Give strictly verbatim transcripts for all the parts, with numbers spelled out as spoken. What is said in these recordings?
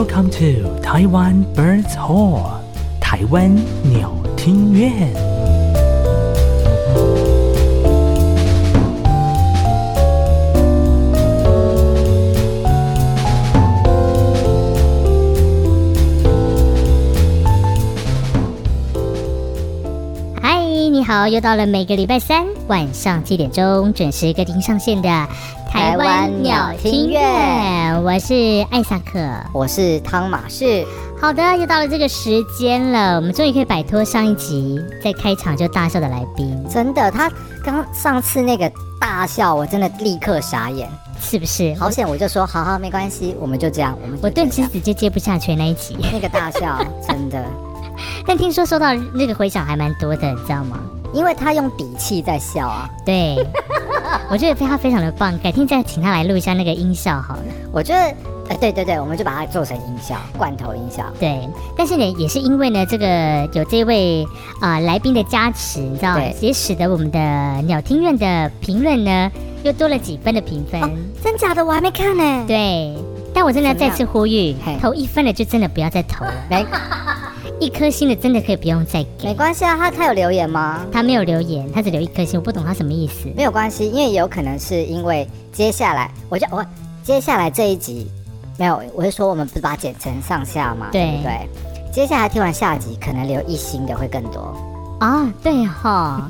Welcome to Taiwan Birds Hall， 台湾鸟听院。 你好，又到了每个礼拜三晚上七点钟准时更新上线的台湾鸟听院，我是艾萨克， 我是汤马士。 好的，又到了这个时间了，我们终于可以摆脱上一集在开场就大笑的来宾。 真的，他刚上次那个大笑，我真的立刻傻眼， 是不是？ 好险，我就说好好没关系，我们就这样。我们我顿时直接接不下去那一集， 那个大笑真的。 但听说收到那个回响还蛮多的，你知道吗？ 因为他用底气在笑啊。 对，我觉得他非常的棒，改天再请他来录一下那个音效好了。 我觉得，呃，对对对，我们就把它做成音效，罐头音效。 对，但是呢，也是因为呢，这个有这位啊、呃、来宾的加持，你知道，也使得我们的鸟听院的评论呢又多了几分的评分。 哦，真假的我还没看呢。 对，但我真的要再次呼吁，投一分的就真的不要再投了。没。一颗星的真的可以不用再给， 没关系啊。他他有留言吗？ 他没有留言，他只留一颗星，我不懂他什么意思。 没有关系，因为有可能是因为接下来我就我接下来这一集没有，我是说我们不是把它剪成上下嘛，对不对？接下来听完下集，可能留一星的会更多啊。对哈。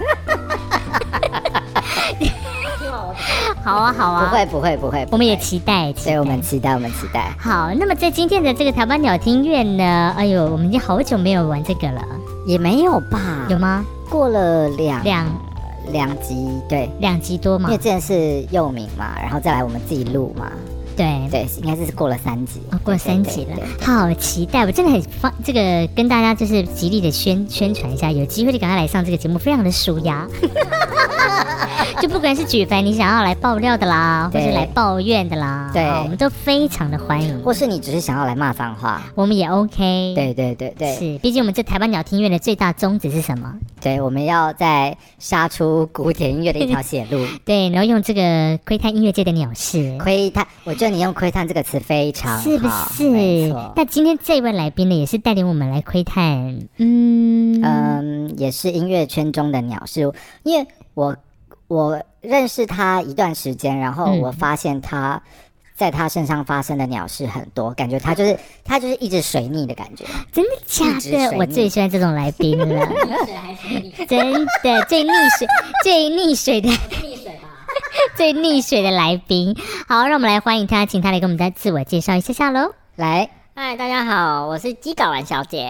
好啊，好啊， 不会，不会，不会， 我们也期待， 所以我们期待，我们期待。 好，那么在今天的这个台湾鸟听院呢，哎呦，我们已经好久没有玩这个了， 也没有吧？ 有吗？ 过了两两两集，对， 两集多嘛？ 因为之前是佑敏嘛，然后再来我们自己录嘛。 对对，应该是过了三集， 哦，过了三集了，好期待！我真的很放这个跟大家就是极力的宣宣传一下，有机会就赶快来上这个节目，非常的舒压。就不管是举凡你想要来爆料的啦，或是来抱怨的啦，对，我们都非常的欢迎。 或是你只是想要来骂脏话， 我们也 OK。 对对对对， 是，毕竟我们这台湾鸟听院的最大宗旨是什么？ 对，我们要在杀出古典音乐的一条血路。 对，然后用这个窥探音乐界的鸟事， 窥探，我觉得你用窥探这个词非常好， 是不是？那今天这位来宾呢，也是带领我们来窥探，嗯嗯，也是音乐圈中的鸟事，因为我我认识他一段时间，然后我发现他在他身上发生的鸟事很多，感觉他就是他就是一直水逆的感觉。 真的假的？我最喜欢这种来宾了。真的最溺水最溺水的溺水吧。最溺水的来宾，好，让我们来欢迎他，请他来给我们再自我介绍一下下喽。 来， 嗨，大家好，我是鸡睾丸小姐。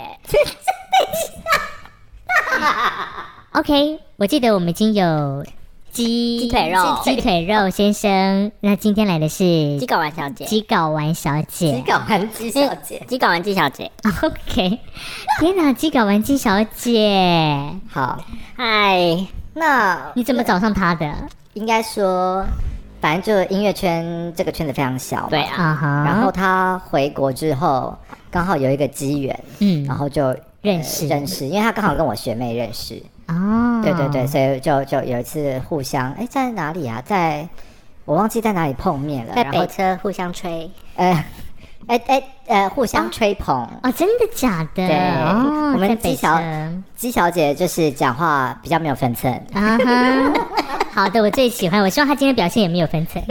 OK， 我记得我们已经有鸡鸡腿肉， 鸡腿肉先生，那今天来的是鸡睾丸小姐， 鸡睾丸小姐， 鸡睾丸鸡小姐， 鸡睾丸鸡小姐。 OK， 天哪，鸡睾丸鸡小姐， 好， 嗨， 那你怎么找上她的？ 应该说，反正就音乐圈这个圈子非常小嘛， 对啊， uh-huh. 然后他回国之后，刚好有一个机缘，嗯，然后就认识、 呃、认识，因为他刚好跟我学妹认识， 哦， 对对对，所以就就有一次互相，哎，在哪里啊？在我忘记在哪里碰面了， 在北车互相吹， 呃，哎哎呃，互相吹捧哦，哦真的假的？ 对， 哦、 我们鸡小鸡小姐就是讲话比较没有分寸啊哈。 好的，我最喜欢。我希望他今天表现也没有分寸。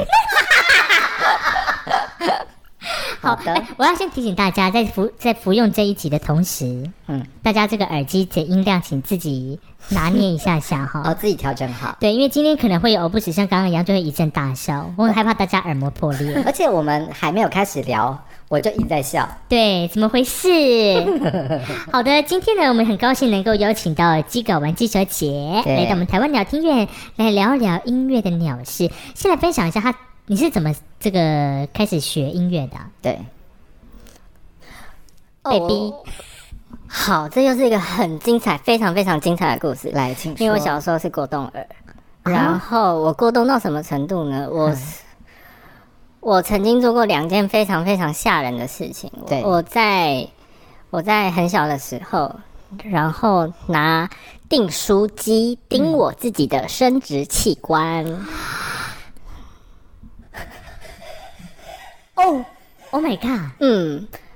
好的、欸，我要先提醒大家，在服在服用这一集的同时，嗯，大家这个耳机的音量请自己拿捏一下下哈， 哦，自己调整好。 对，因为今天可能会有偶不时像刚刚一样，就会一阵大笑，我很害怕大家耳膜破裂。 而且我们还没有开始聊，我就一直在笑。 对，怎么回事？好的，今天呢，我们很高兴能够邀请到鸡睾丸鸡小姐来到我们台湾鸟听院来聊聊音乐的鸟事。先来分享一下她。你是怎么这个开始学音乐的、啊？ 对， 被逼。 好，这又是一个很精彩、非常非常精彩的故事。 来，请说。 因为我小时候是过动儿，啊、然后我过动到什么程度呢？我、嗯、我曾经做过两件非常非常吓人的事情。 对， 我在我在很小的时候，然后拿订书机钉我自己的生殖器官。嗯哦 ，Oh my god！ 嗯，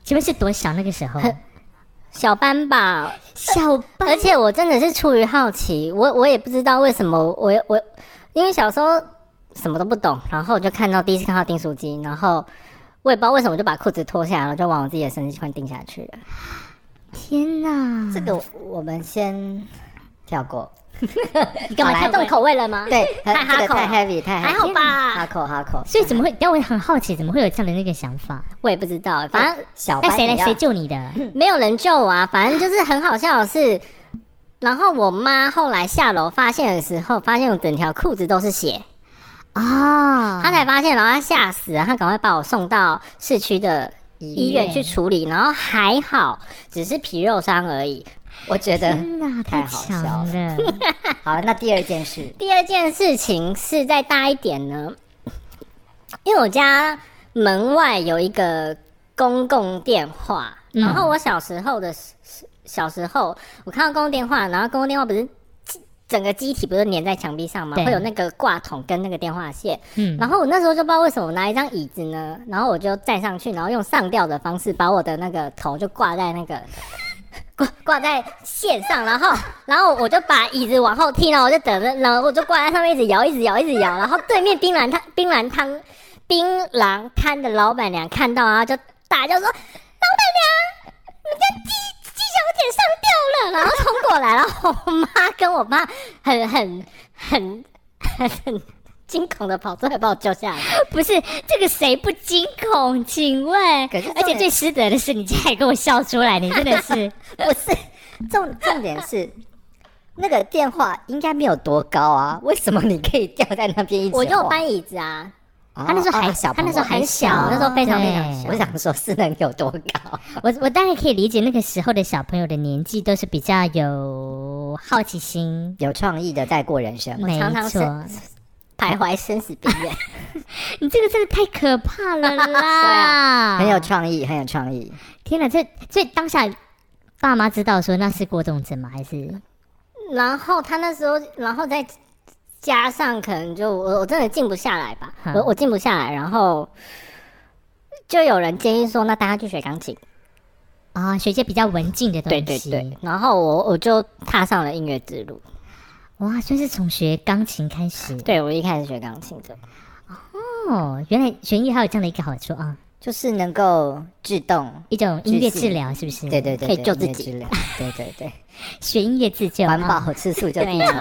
请问是多小那个时候？ 小班吧， 小班， 而且我真的是出于好奇，我我也不知道为什么我我因为小时候什么都不懂，然后我就看到第一次看到订书机，然后我也不知道为什么就把裤子脱下来，然后就往我自己的生殖器官钉下去了。 天哪， 这个我们先跳过。 你干嘛太重口味了吗？ 对， 太哈口， 这个太 heavy， 太 heavy， 还好吧？ 哈口哈口。 所以怎么会？但我很好奇，怎么会有这样的那个想法？ 我也不知道，反正小班那谁来谁救你的？ 没有人救我啊，反正就是很好笑的是，然后我妈后来下楼发现的时候，发现我整条裤子都是血啊， 她才发现，然后她吓死了，她赶快把我送到市区的医院去处理，然后还好，只是皮肉伤而已。 我觉得天哪，太强了！ 好了，那第二件事， 第二件事情是再大一点呢，因为我家门外有一个公共电话， 嗯、 然后我小时候的小时候，我看到公共电话，然后公共电话不是整个机体不是粘在墙壁上吗？会有那个挂筒跟那个电话线。嗯，然后我那时候就不知道为什么我拿一张椅子呢，然后我就站上去，然后用上吊的方式把我的那个头就挂在那个。挂挂在线上，然后然后我就把椅子往后踢，然后我就等着，然后我就挂在上面一直摇，一直摇，一直摇。然后对面槟榔摊、槟榔摊、槟榔摊的老板娘看到啊，就大叫说：“老板娘，你们家鸡鸡小姐上吊了！”然后冲过来，然后我妈跟我爸很很很很很惊恐的跑出来把我救下来。 不是这个谁不惊恐？请问， 可是而且最失德的是，你竟然还跟我笑出来，你真的是不是重重点是那个电话应该没有多高啊，为什么你可以吊在那边一直？ 我就搬椅子啊。 哦、 他那时候还小、哦， 他那时候还小， 那时候非常非常小。 我想说是能有多高？ 我我大概可以理解那个时候的小朋友的年纪都是比较有好奇心、 有创意的在过人生。 没错。 徘徊生死边缘， 你这个真的太可怕了啦！ 啊、很有创意，很有创意。 天哪，这所以当下爸妈知道说那是过动症吗？还是？ 然后他那时候，然后再加上可能就我我真的静不下来吧，我我静不下来，然后就有人建议说，那大家去学钢琴啊，学一些比较文静的东西。 对对对。然后我我就踏上了音乐之路。 哇，所以是从学钢琴开始。 对，我一开始学钢琴的。 哦，原来学音乐还有这样的一个好处啊， 就是能够制动一种音乐治疗，是不是？ 对对 对, 对，可以救自己。 对对对， 学音乐自救， 环保吃素就地球。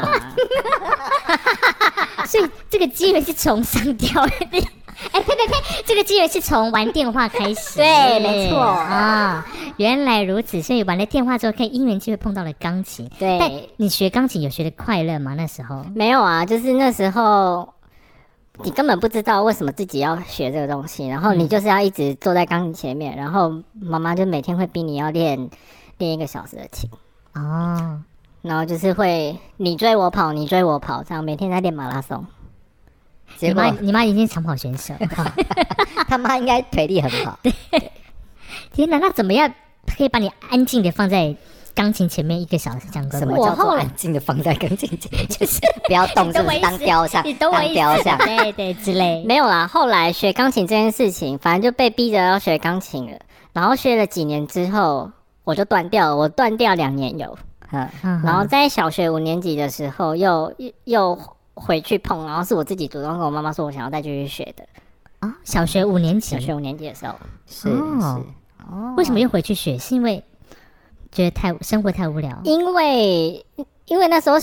所以这个机缘是从上吊的。哎，呸呸呸！这个机缘是从玩电话开始。 对，没错啊，原来如此。所以玩了电话之后，可以因缘机会碰到了钢琴。 对， 但你学钢琴有学的快乐吗？那时候没有啊，就是那时候你根本不知道为什么自己要学这个东西，然后你就是要一直坐在钢琴前面，然后妈妈就每天会逼你要练练一个小时的琴。 哦， 然后就是会你追我跑，你追我跑，这样每天在练马拉松。 你妈，你妈已经是长跑选手， 他妈应该腿力很好。 对，天哪，那怎么样可以把你安静的放在钢琴前面一个小时？这样什么叫做安静的放在钢琴前面？就是不要动，就是当雕像， 你懂我意思？ 当雕像， 对对之類。 没有啦，后来学钢琴这件事情，反正就被逼着要学钢琴了。然后学了几年之后，我就断掉了。我断掉两年有，嗯，然后在小学五年级的时候又又回去碰，然后是我自己主动跟我妈妈说，我想要再继续学的。 啊、哦，小学五年级， 小学五年级的时候， 是哦是哦。为什么又回去学？是因为觉得太生活太无聊？ 因为因为那时候，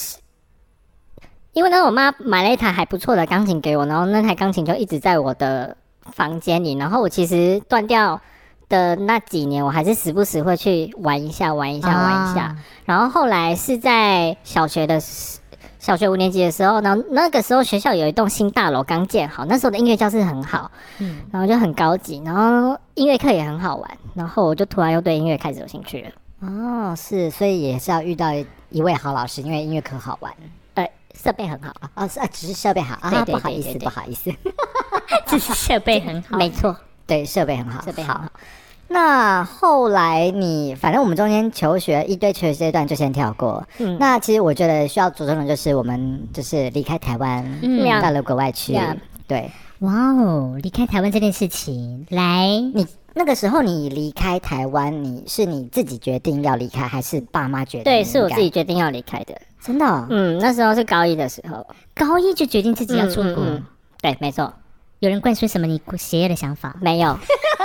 因为那时候我妈买了一台还不错的钢琴给我，然后那台钢琴就一直在我的房间里，然后我其实断掉的那几年，我还是时不时会去玩一下，玩一下，玩一下。啊、然后后来是在小学的小学五年级的时候，然后那个时候学校有一栋新大楼刚建好，那时候的音乐教室很好，嗯，然后就很高级，然后音乐课也很好玩，然后我就突然又对音乐开始有兴趣了。 哦，是，所以也是要遇到一位好老师，因为音乐课好玩， 呃，设备很好哦，是啊，只是设备好啊，不好意思，不好意思， 只是设备很好， 没错， 对，设备很好， 设备很好。 那后来你，反正我们中间求学一堆求学阶段就先跳过。嗯，那其实我觉得需要着重的就是我们就是离开台湾，嗯，到了国外去。 Yeah. 对， 哇哦，离开台湾这件事情，来， 你那个时候你离开台湾，你是你自己决定要离开，还是爸妈决定？ 对，是我自己决定要离开的。 真的、哦？ 嗯，那时候是高一的时候， 高一就决定自己要出国。嗯嗯嗯对，没错。 有人灌输什么你邪恶的想法？ 没有，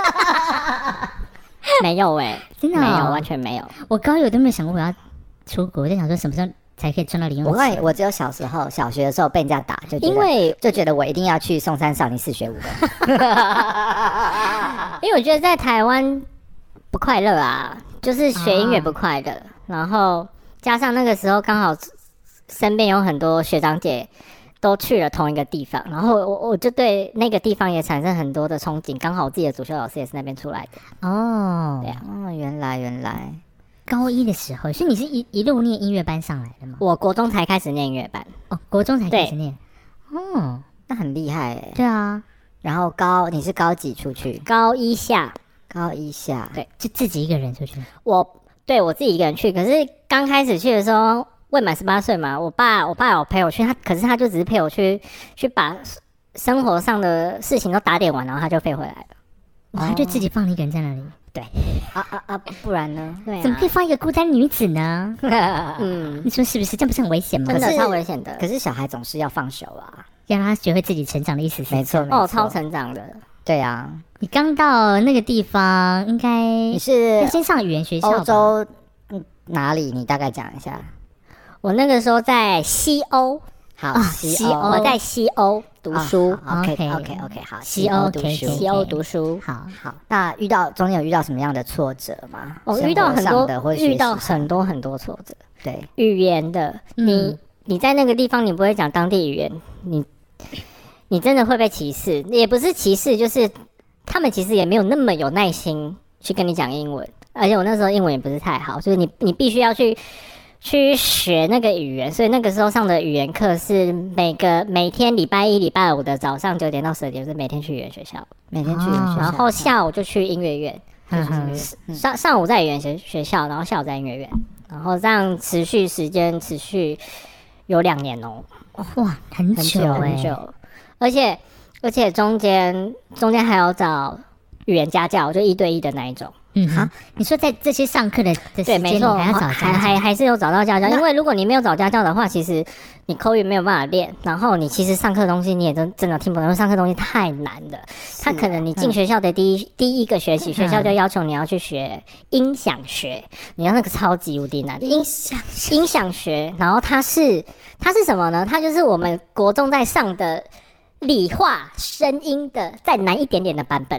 没有哎、欸， 真的、哦、 没有，完全没有。 我高一我都没有想过我要出国，我在想说什么时候才可以赚到零用钱。 我告诉你，我只有小时候小学的时候被人家打，就觉得因为就觉得我一定要去松山少林寺学武功， 因为我觉得在台湾不快乐啊，就是学音乐不快乐，啊、然后加上那个时候刚好身边有很多学长姐都去了同一个地方，然后我我就对那个地方也产生很多的憧憬，刚好我自己的主修老师也是那边出来的。 哦， 对啊， 哦，原来原来。 高一的时候，所以你是一一路念音乐班上来的吗？ 我国中才开始念音乐班。 哦，国中才开始念。哦， 那很厉害哎。 对啊。 然后高你是高几出去？ 高一下。 高一下。 对， 就自己一个人出去。 我对我自己一个人去，可是刚开始去的时候未满十八岁嘛，我爸我爸有陪我去，他可是他就只是陪我去去把生活上的事情都打点完，然后他就飞回来了。 哇，他就自己放你一个人在那里。 对， 啊啊啊！不然呢？ 对、啊， 怎么可以放一个孤单女子呢？ 嗯， 你说是不是？这不是很危险吗？ 真的超危险的。 可是小孩总是要放手啊， 要让他学会自己成长的意思是？ 没错， 哦，超成长的。 对啊， 你刚到那个地方，应该你是先上语言学校吧？ 欧洲哪里？你大概讲一下。 我那个时候在西欧。 好， 啊、 西欧， 我在西欧读书。 哦、OK OK OK， 好， 西欧读书， 西欧读书。 好好，那遇到中间有遇到什么样的挫折吗？ 我、哦、遇到很多， 遇到很多很多挫折。 对， 语言的， 嗯、 你你在那个地方你不会讲当地语言，你你真的会被歧视。也不是歧视，就是他们其实也没有那么有耐心去跟你讲英文，而且我那时候英文也不是太好，所以你你必须要去。去学那个语言，所以那个时候上的语言课是每个每天礼拜一、礼拜五的早上九点到十点，是每天去语言学校， 每天去语言学校， 然后下午就去音乐院， 嗯、 上上午在语言学学校，然后下午在音乐院，然后这样持续时间持续有两年哦， 哇，很久很久很久，而且而且中间中间还有找语言家教，就一对一的那一种。 嗯好，你说在这些上课的的时间， 对，没错， 还要找家教， 还还还是有找到家教，因为如果你没有找家教的话，其实你口语没有办法练，然后你其实上课的东西你也真真的听不懂，因为上课东西太难了。他可能你进学校的第一、嗯、第一个学期，学校就要求你要去学音响学，你要那个超级无敌难的音响音响学，然后它是它是什么呢？它就是我们国中在上的理化声音的再难一点点的版本。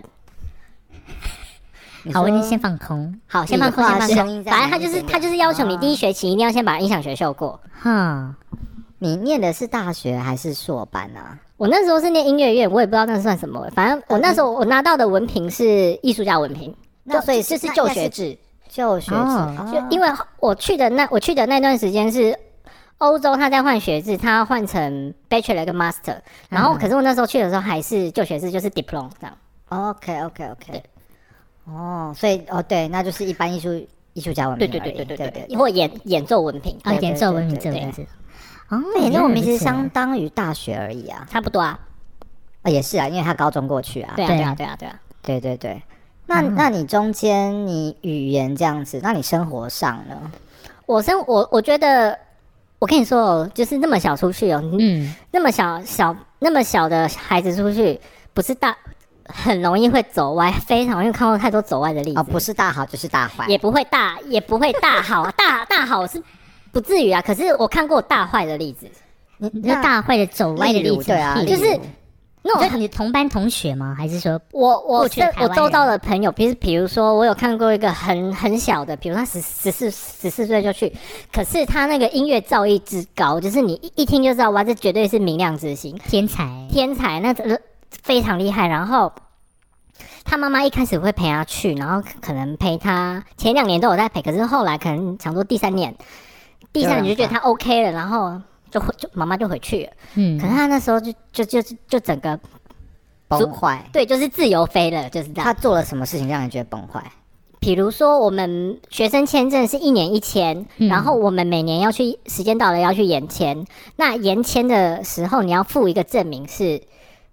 好，我已经先放空。 好，先放空，先放空。反正他就是他就是要求你第一学期一定要先把音响学修过。 哈， 你念的是大学还是硕班啊？ 我那时候是念音乐院，我也不知道那算什么。反正我那时候我拿到的文凭是艺术家文凭，就所以就是就学制。 就学制， 哦、 就因为我去的那我去的那段时间是欧洲，他在换学制，他换成 Bachelor 跟 Master， 然后可是我那时候去的时候还是就学制，就是 Diploma 这样。 OK OK OK。哦，所以哦对，那就是一般艺术艺术家文凭， 对对对对对对，或演演奏文凭啊，演奏文凭这样子。 哦，演奏文凭其实相当于大学而已啊， 差不多啊。 啊，也是啊，因为他高中过去啊。 对啊对啊对啊对啊， 对对对。那那你中间你语言这样子，那你生活上呢？ 我生我我觉得，我跟你说哦，就是那么小出去哦，嗯，那么小小那么小的孩子出去，不是大。很容易会走歪，非常因为看过太多走歪的例子。 哦，不是大好就是大坏， 也不会大，也不会大好，大大好是不至于啊。可是我看过大坏的例子， 你你说大坏的走歪的例子， 对啊， 就是那种你同班同学吗？还是说我我我周遭的朋友，比如比如说我有看过一个很很小的，比如他十十四十四岁就去，可是他那个音乐造诣之高，就是你一一听就知道哇，这绝对是明亮之星， 天才天才那非常厉害。然后他妈妈一开始会陪他去，然后可能陪他前两年都有在陪，可是后来可能想说第三年，第三年就觉得他 OK 了，然后就回就妈妈就回去了。嗯，可是他那时候就就就就整个崩坏， 对，就是自由飞了，就是这样。 他做了什么事情让你觉得崩坏？ 比如说，我们学生签证是一年一签，嗯、然后我们每年要去，时间到了要去延签。那延签的时候，你要附一个证明是。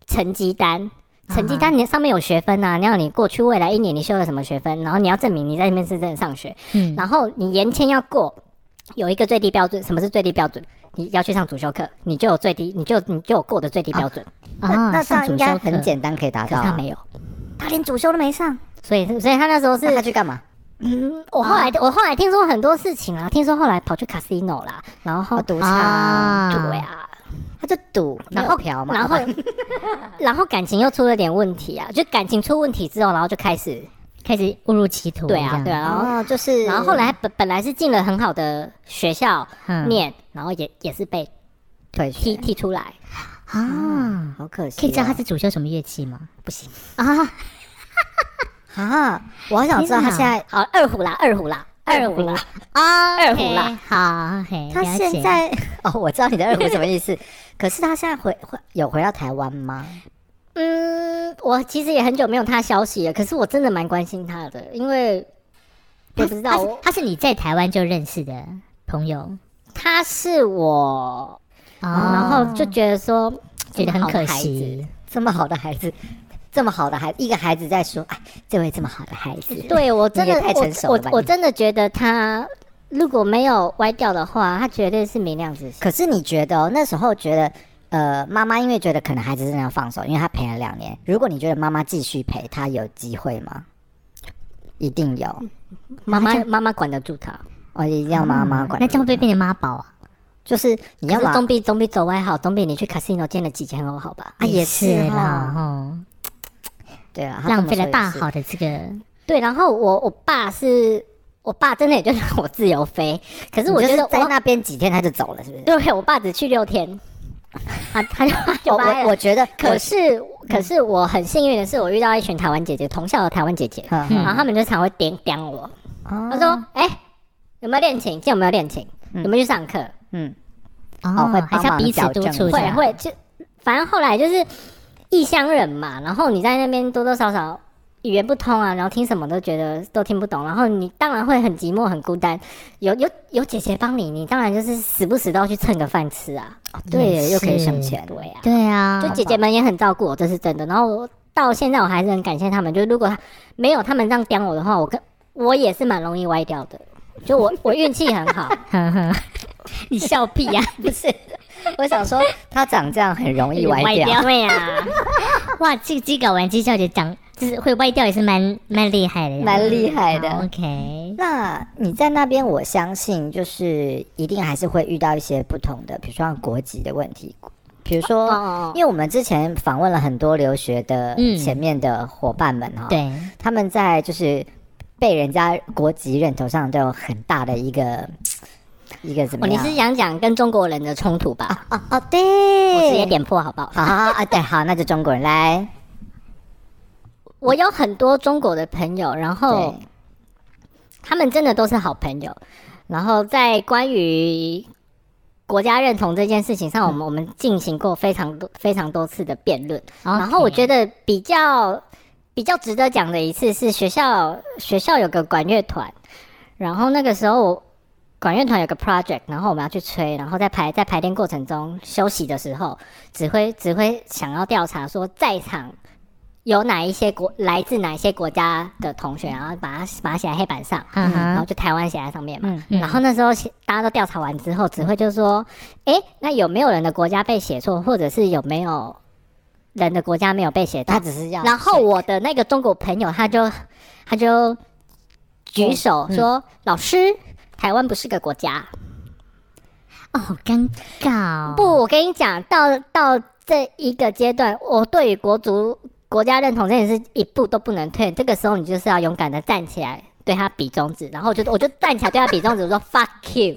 成绩单。成绩单你上面有学分啊，你要你过去未来一年你修了什么学分，然后你要证明你在那边是真的上学，嗯，然后你延签要过，有一个最低标准。什么是最低标准？你要去上主修课，你就有最低，你就你就有过的最低标准。 啊，那那这样应该很简单可以达到、啊。 可是他没有，他连主修都没上，所以所以他那时候是那他去干嘛？ 嗯，我后来、啊、我后来听说很多事情啊，听说后来跑去 casino 啦，然后赌场，啊对啊。 他就赌，然后嫖嘛， 然后然后感情又出了点问题啊，就感情出问题之后，然后就开始开始误入歧途。 对啊，对啊，然后、哦、就是，然后后来本本来是进了很好的学校念，嗯、然后也也是被退踢踢出来啊、嗯， 好可惜、啊。 可以知道他是主修什么乐器吗？ 不行啊啊！我好想知道他现在好二胡啦，二胡啦。二胡啦啊， 二胡啦， 好， 他现在哦，我知道你的二胡什么意思。可是他现在回回有回到台湾吗？ 嗯，我其实也很久没有他消息了，可是我真的蛮关心他的，因为我不知道他是他是你在台湾就认识的朋友， 他是我，哦、然后就觉得说觉得很可惜， 这么好的孩子。这么好的孩子，一个孩子在说：“哎，这位这么好的孩子， 对我真的太成熟了吧。” 我我真的觉得他如果没有歪掉的话，他绝对是明亮之星。 可是你觉得、哦、那时候觉得，呃，妈妈因为觉得可能孩子真的要放手，因为他陪了两年。如果你觉得妈妈继续陪他，有机会吗？一定有。 妈妈妈妈管得住他， 哦，一定要妈妈管、嗯。 那这样会不会变成妈宝啊？ 就是你要总比总比走歪好，总比你去 casino 见了几千欧好吧？ 啊，也是啦，哦。 对啊， 浪费了大好的这个对，然后我我爸是我爸真的也就让我自由飞，可是我觉得在那边几天他就走了，是不是？ 对，我爸只去六天，啊，他就就我我觉得， 可是可是我很幸运的是，我遇到一群台湾姐姐，同校的台湾姐姐，嗯、然后他们就常会点点我，嗯、他说：“哎、欸，有没有练琴？今天有没有练琴？嗯、有没有去上课？嗯， 哦，会还是要彼此督促， 会会就反正后来就是。”异乡人嘛，然后你在那边多多少少语言不通啊，然后听什么都觉得都听不懂，然后你当然会很寂寞很孤单。有有有姐姐帮你，你当然就是时不时都要去蹭个饭吃啊。 哦、对，又可以省钱。 对啊， 对啊， 就姐姐们也很照顾我，这是真的。然后我到现在我还是很感谢他们，就如果没有他们这样刁我的话，我跟我也是蛮容易歪掉的。就我我运气很好， 你笑屁呀、啊？ 不是。我想说，他长这样很容易歪掉。 对呀， 哇，这个鸡睾丸鸡小姐长就是会歪掉，也是蛮蛮厉害的， 蛮厉害的。 OK， 那你在那边，我相信就是一定还是会遇到一些不同的，比如说国籍的问题。比如说，哦、因为我们之前访问了很多留学的前面的伙伴们哈、嗯， 对， 他们在就是被人家国籍认同上都有很大的一个。一个怎么样？ 哦、你是想讲跟中国人的冲突吧？ 哦哦，对， 我直接点破好不好？ 好好啊，对，好，那就中国人来。 我有很多中国的朋友，然后他们真的都是好朋友。然后在关于国家认同这件事情上，我们、嗯、我们进行过非常多非常多次的辩论。Okay. 然后我觉得比较比较值得讲的一次是学校学校有个管乐团，然后那个时候我。管乐团有个 project， 然后我们要去吹，然后在排在排练过程中休息的时候，指挥指挥想要调查说在场有哪一些国来自哪一些国家的同学，然后把它把它写在黑板上，嗯、然后就台湾写在上面嘛。嗯、然后那时候大家都调查完之后，指挥就说：“哎，那有没有人的国家被写错，或者是有没有人的国家没有被写到？” 他只是要。 然后我的那个中国朋友他就他就举手说：“嗯、老师。”台湾不是个国家， 哦，好尴尬、哦。 不，我跟你讲，到到这一个阶段，我对于国族国家认同这件事一步都不能退。这个时候，你就是要勇敢的站起来，对他比中指，然后我就我就站起来对他比中指，我说 fuck you，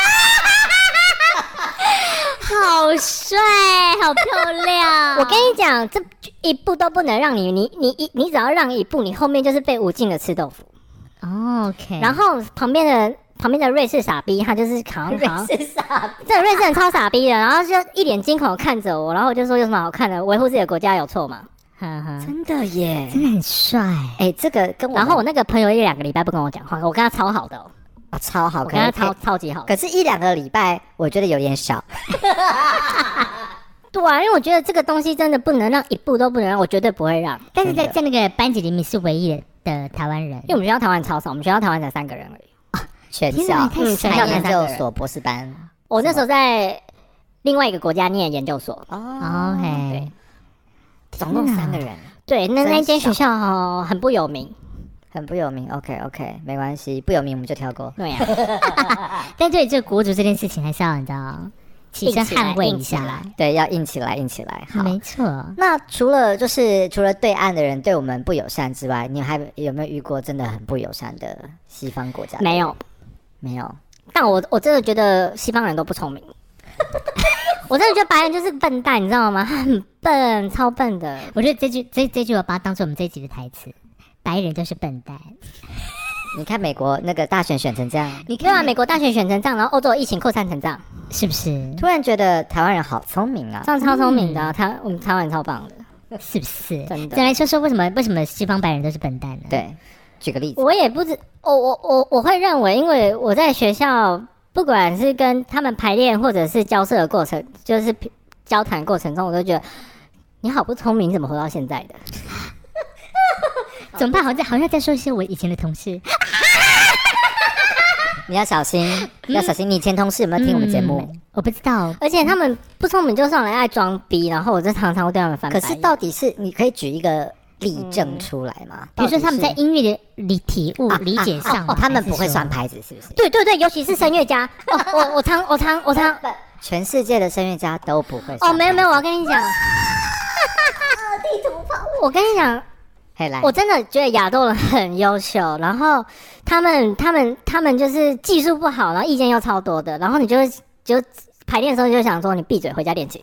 好帅，好漂亮。 我跟你讲，这一步都不能让你，你你你你只要让一步，你后面就是被无尽的吃豆腐。 哦 OK， 然后旁边的。旁边的瑞士傻逼，他就是好像瑞士傻逼， 这瑞士人超傻逼的，然后就一脸惊恐看着我，然后我就说有什么好看的？维护自己的国家有错吗？ 真的耶， 真的很帅。 哎、欸，这个跟我， 然后我那个朋友一两个礼拜不跟我讲话，我跟他超好的、哦哦，超好， 我跟他超超级好。 可是，一两个礼拜我觉得有点少。 对啊，因为我觉得这个东西真的不能让，一步都不能让，我绝对不会让。 但是在在那个班级里面是唯一的的台湾人， 因为我们学校台湾超少，我们学校台湾才三个人而已。 全校， 嗯， 全校研究所博士班。 我那时候在另外一个国家念研究所。 哦 ，OK， 对， 总共三个人。 对，那那间学校哦很不有名， 很不有名。OK OK， 没关系，不有名我们就跳过。 对呀、啊， 但对这个国族这件事情，还是要你知道起身捍卫一下。 对，要硬起来，硬起来。好， 没错。 那除了就是除了对岸的人对我们不友善之外，你还有没有遇过真的很不友善的西方国家？ 没有， 没有。 但我我真的觉得西方人都不聪明。我真的觉得白人就是笨蛋，你知道吗？很笨，超笨的。 我觉得这句这这句我把它当做我们这一集的台词：白人都是笨蛋。 你看美国那个大选选成这样， 你看啊，美国大选选成这样，然后欧洲疫情扩散成这样， 是不是？ 突然觉得台湾人好聪明啊， 这样超聪明的、啊，台我们台湾人超棒的， 是不是？ 真的。 再来说说为什么为什么西方白人都是笨蛋呢？ 对，举个例子。 我也不知，我我我我会认为，因为我在学校，不管是跟他们排练或者是交涉的过程，就是交谈过程中，我都觉得你好不聪明，你怎么活到现在的？ 怎么办？好像好像在说一些我以前的同事。 你要小心，要小心！你前同事有没有听我们节目？ 嗯、我不知道。 而且他们不聪明就上来爱装逼，然后我就常常会对他们翻白眼。 可是到底是你可以举一个例证出来吗？ 嗯、比如说他们在音乐的理体悟、啊、理解上、 啊哦，他们不会算拍子，是不是？ 对对对，尤其是声乐家。哦，我我常我常我常， 全世界的声乐家都不会。 哦，没有没有，我要跟你讲，地图炮。我跟你讲。我真的觉得亚洲人很优秀，然后他们他们他们就是技术不好，然后意见又超多的，然后你就会就排练的时候就想说你闭嘴回家练琴。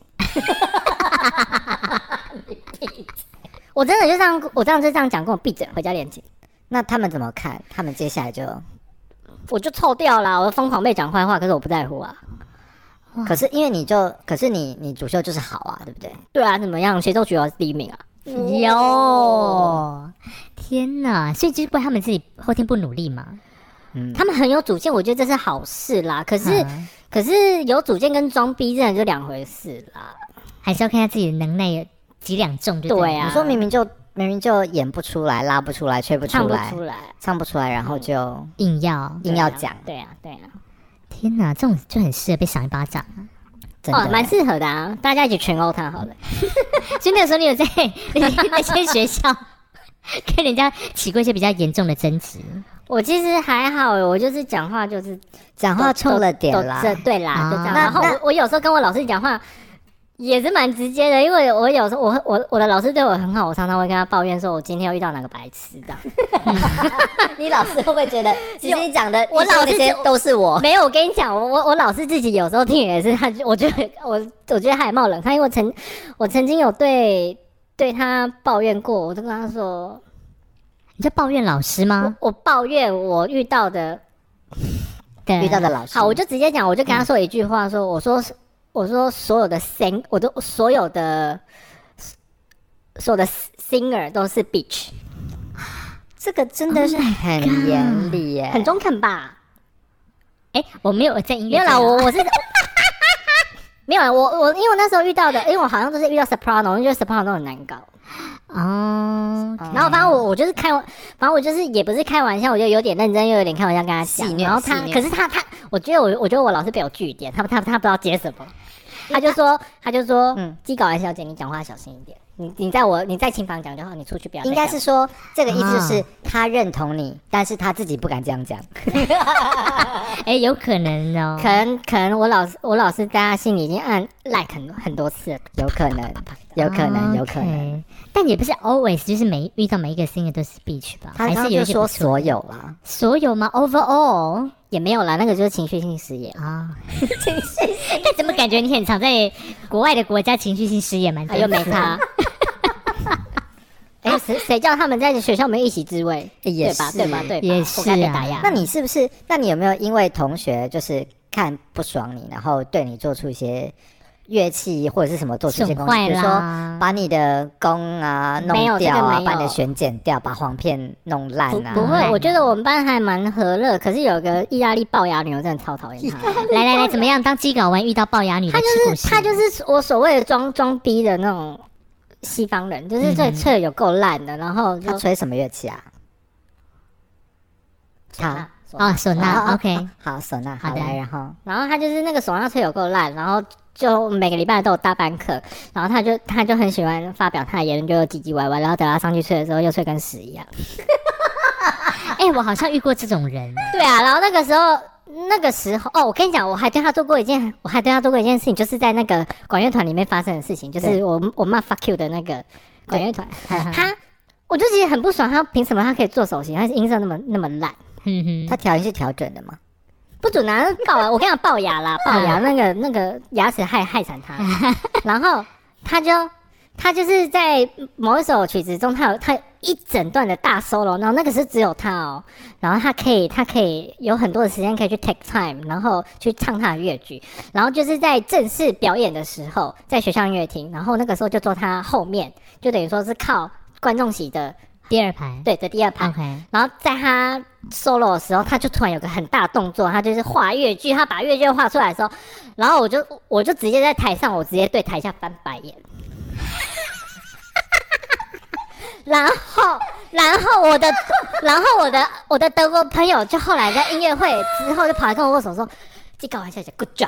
我真的就这样，我这样就这样讲，跟我闭嘴回家练琴。 那他们怎么看？他们接下来就我就臭掉了，我疯狂被讲坏话，可是我不在乎啊。 可是因为你就，可是你你主秀就是好啊，对不对？ 对啊，怎么样？协奏曲我是第一名啊。 哟，天哪！所以就是怪他们自己后天不努力嘛。 嗯，他们很有主见，我觉得这是好事啦。可是，嗯、可是有主见跟装逼真的就两回事啦。 还是要看一下自己的能耐有几两重就对。 对啊， 你说明明就明明就演不出来，拉不出来，吹不出来， 唱不出来， 唱不出来，然后就、嗯、 硬要硬要讲。 对啊，对啊。 天哪，这种就很适合被赏一巴掌啊。 哦，蛮适合的啊！大家一起群殴他好了。 所以那个时候你有在那些那些学校跟人家起过一些比较严重的争执？ 我其实还好，我就是讲话就是讲话臭了点啦， 对啦， 啊、 就这样。然后我我有时候跟我老师讲话也是蛮直接的，因为我有时候我我我的老师对我很好，我常常会跟他抱怨说我今天又遇到哪个白痴这样。 你老师会不会觉得其实你讲的我老师都是我？ 没有，我跟你讲，我我我老师自己有时候听也是，他我觉得我我觉得他也冒冷汗，因为我曾我曾经有对对他抱怨过，我就跟他说， 你在抱怨老师吗？ 我, 我抱怨我遇到的遇到的老师。 好，我就直接讲，我就跟他说一句话说，说我说我说所有的 sing， 我都所有的所有的 singer 都是 bitch。 这个真的是很严厉耶， oh、很中肯吧？ 哎、欸，我没有在音乐， 没有啦，我我是没有啦，我我因为我那时候遇到的，因为我好像都是遇到 soprano， 我觉得 soprano 都很难搞哦。 Oh, 然后反正我我就是开玩，反正我就是也不是开玩笑，我就有点认真，又有点开玩笑跟他讲。然后他，可是他他，我觉得我我觉得我老师被我据点，他他他不知道接什么，他就说他就说，嗯，基稿兰小姐，你讲话小心一点。你你在我你在琴房讲就好，你出去不要。 应该是说这个意思是他认同你，啊、但是他自己不敢这样讲。 哎、欸，有可能哦， 可能可能我老师我老师在他心里已经按 like 很很多次了， 有可能，有可能，有可能。 Okay. 但也不是 always 就是每遇到每一个 singer 都是 speech 吧？ 他还是有一些说所有啦， 所有吗 ？Overall 也没有啦，那个就是情绪性失业啊。情绪性，但怎么感觉你很常在国外的国家情绪性失业蛮多？ 又没他。哎，谁谁叫他们在学校没一起自慰？ 也对吧？对吧？对吧？ 也是被打压。 那你是不是？那你有没有因为同学就是看不爽你，然后对你做出一些乐器或者是什么做出一些损坏东西，比如说啦把你的弓啊弄没有掉啊， 这个没有把你的弦剪掉，把簧片弄烂啊。 不不会，我觉得我们班还蛮和乐。可是有个意大利龅牙女，我真的超讨厌她。 来来来，怎么样？当鸡睾丸遇到龅牙女的她吃苦事， 就是她就是我所谓的装装逼的那种西方人，就是这吹有够烂的，然后就他吹什么乐器啊？他哦，唢呐 OK， 好，唢呐， 好的好来，然后然后他就是那个唢呐吹有够烂，然后就每个礼拜都有大班课，然后他就他就很喜欢发表他的言论，就唧唧歪歪，然后等他上去吹的时候又吹跟屎一样。 哎、我好像遇过这种人。 对啊，然后那个时候那个时候哦，我跟你讲，我还对他做过一件，我还对他做过一件事情，就是在那个管乐团里面发生的事情，就是我我骂 fuck you 的那个管乐团，他我就其实很不爽，他凭什么他可以做首席，他是音色那么那么烂。 哼哼， 他调音是调整的吗？ 不准拿龅牙，我跟你讲龅牙啦，龅牙那个那个牙齿害害惨他，然后他就他就是在某一首曲子中，他有他有一整段的大 solo， 然后那个是只有他哦，然后他可以他可以有很多的时间可以去 take time， 然后去唱他的乐句，然后就是在正式表演的时候，在学校音乐厅，然后那个时候就坐他后面，就等于说是靠观众席的第二排， 对的第二排。 ，OK， 然后在他 solo 的时候，他就突然有个很大的动作，他就是画乐句，他把乐句画出来的时候，然后我就我就直接在台上，我直接对台下翻白眼。然后，然后我的，然后我的我的德国朋友就后来在音乐会之后就跑来跟我握手说：“这个玩笑讲 good job。”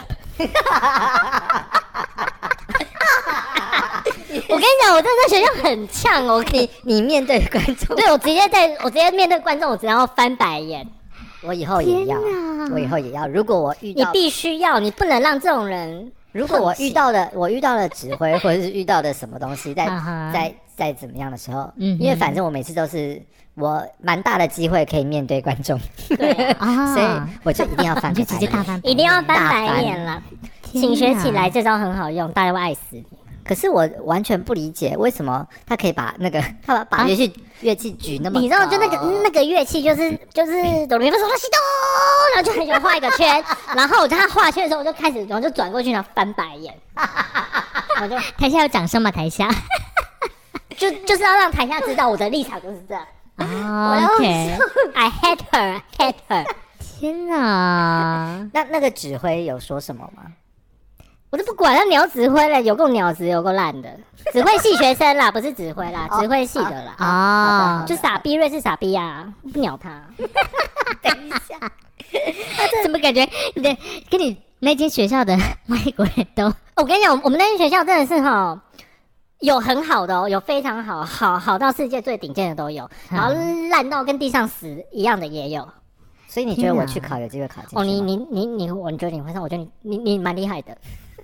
我跟你讲，我真的在学校很呛哦。 你你面对观众， 对我直接在我直接面对观众，我只要翻白眼。 我以后也要，我以后也要。如果我遇到， 你必须要，你不能让这种人。 如果我遇到了我遇到了指挥或者是遇到了什么东西，在啊在在怎么样的时候， 嗯哼因为反正我每次都是我蛮大的机会可以面对观众， 对啊所以我就一定要翻你就直接个白眼大翻白眼， 一定要翻大翻白眼了， 天请学起哪来，这招很好用，大家会爱死你。 可是我完全不理解为什么他可以把那个他把把乐器、乐器举那么高， 你知道，就那个那个乐器，就是就是哆来咪发嗦拉西哆，然后就很喜欢画一个圈，然后我在他画圈的时候，我就开始，然后就转过去，然后翻白眼，我就台下有掌声吗？台下就就是要让台下知道我的立场就是这样。 哦，OK， I hate her, hate her。 天哪！ 那那个指挥有说什么吗？ 我都不管他鸟指挥了，有够鸟指，有够烂的。指挥系学生啦，不是指挥啦，指挥系的啦。 哦， 就傻逼，瑞士傻逼啊，不鸟他。 等一下， 怎么感觉你的跟你那间学校的外国人都我跟你讲，我们那间学校真的是哈，有很好的哦，有非常好，好好到世界最顶尖的都有，然后烂到跟地上死一样的也有。 所以你觉得我去考有机会考进去吗？ 哦，你你你你，我觉得你会上，我觉得你你你蛮厉害的。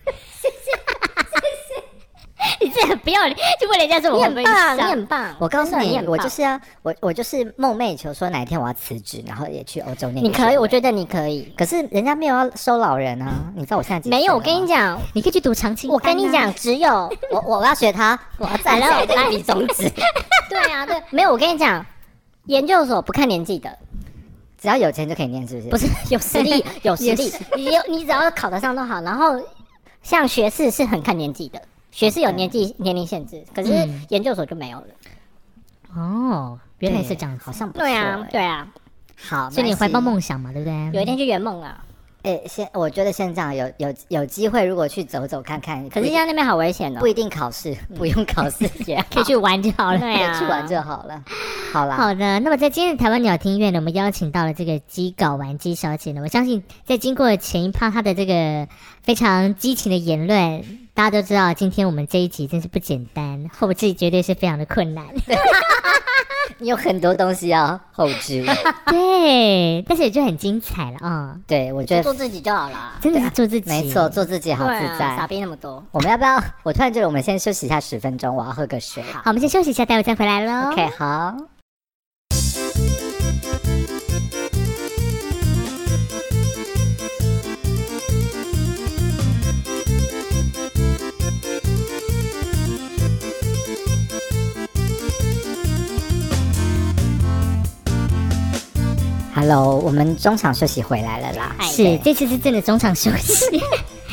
你这很不要脸，就问人家说你我会不会很棒，你上？ 很棒。 我告诉你， 真的很棒我就是要我我就是梦寐以求说哪一天我要辞职，然后也去欧洲念。 你可以，我觉得你可以。 可是人家没有要收老人啊！你知道我现在几岁没有， 了我跟你吗， 讲， 你可以去读长青班啊。 我跟你讲，只有我我要学他，我要站起来来比中指。 对啊，对，没有。我跟你讲，研究所不看年纪的， 只要有钱就可以念，是不是？ 不是有实力，有实力，你有你只要考得上都好。然后像学士是很看年纪的，学士有年纪年龄限制，可是嗯研究所就没有了。 哦，原来是这样子， 好像不错对啊欸， 对啊， 好， 所以你怀抱梦。 梦想嘛，对不对？ 有一天去圆梦啊。 哎，先我觉得先这样，有有有机会，如果去走走看看， 可是现在那边好危险哦不。一定考试，不用考试也好可以去玩就好了。 对啊去玩就好了。好啦， 好的，那么在今天的台湾鸟听院呢，我们邀请到了这个鸡睾丸鸡小姐呢，我相信在经过前一趴她的这个非常激情的言论，大家都知道今天我们这一集真是不简单，后置绝对是非常的困难。 你有很多东西要后置。 对，但是也就很精彩了啊、哦！ 对，我觉得做自己就好了。 真的是做自己， 没错，做自己好自对啊傻在。 逼那么多。 我们要不要？我突然觉得我们先休息一下十分钟，我要喝个水。 好，我们先休息一下，待会再回来喽。 OK，好。Hello，我们中场休息回来了啦。 哎是，这次是真的中场休息。 因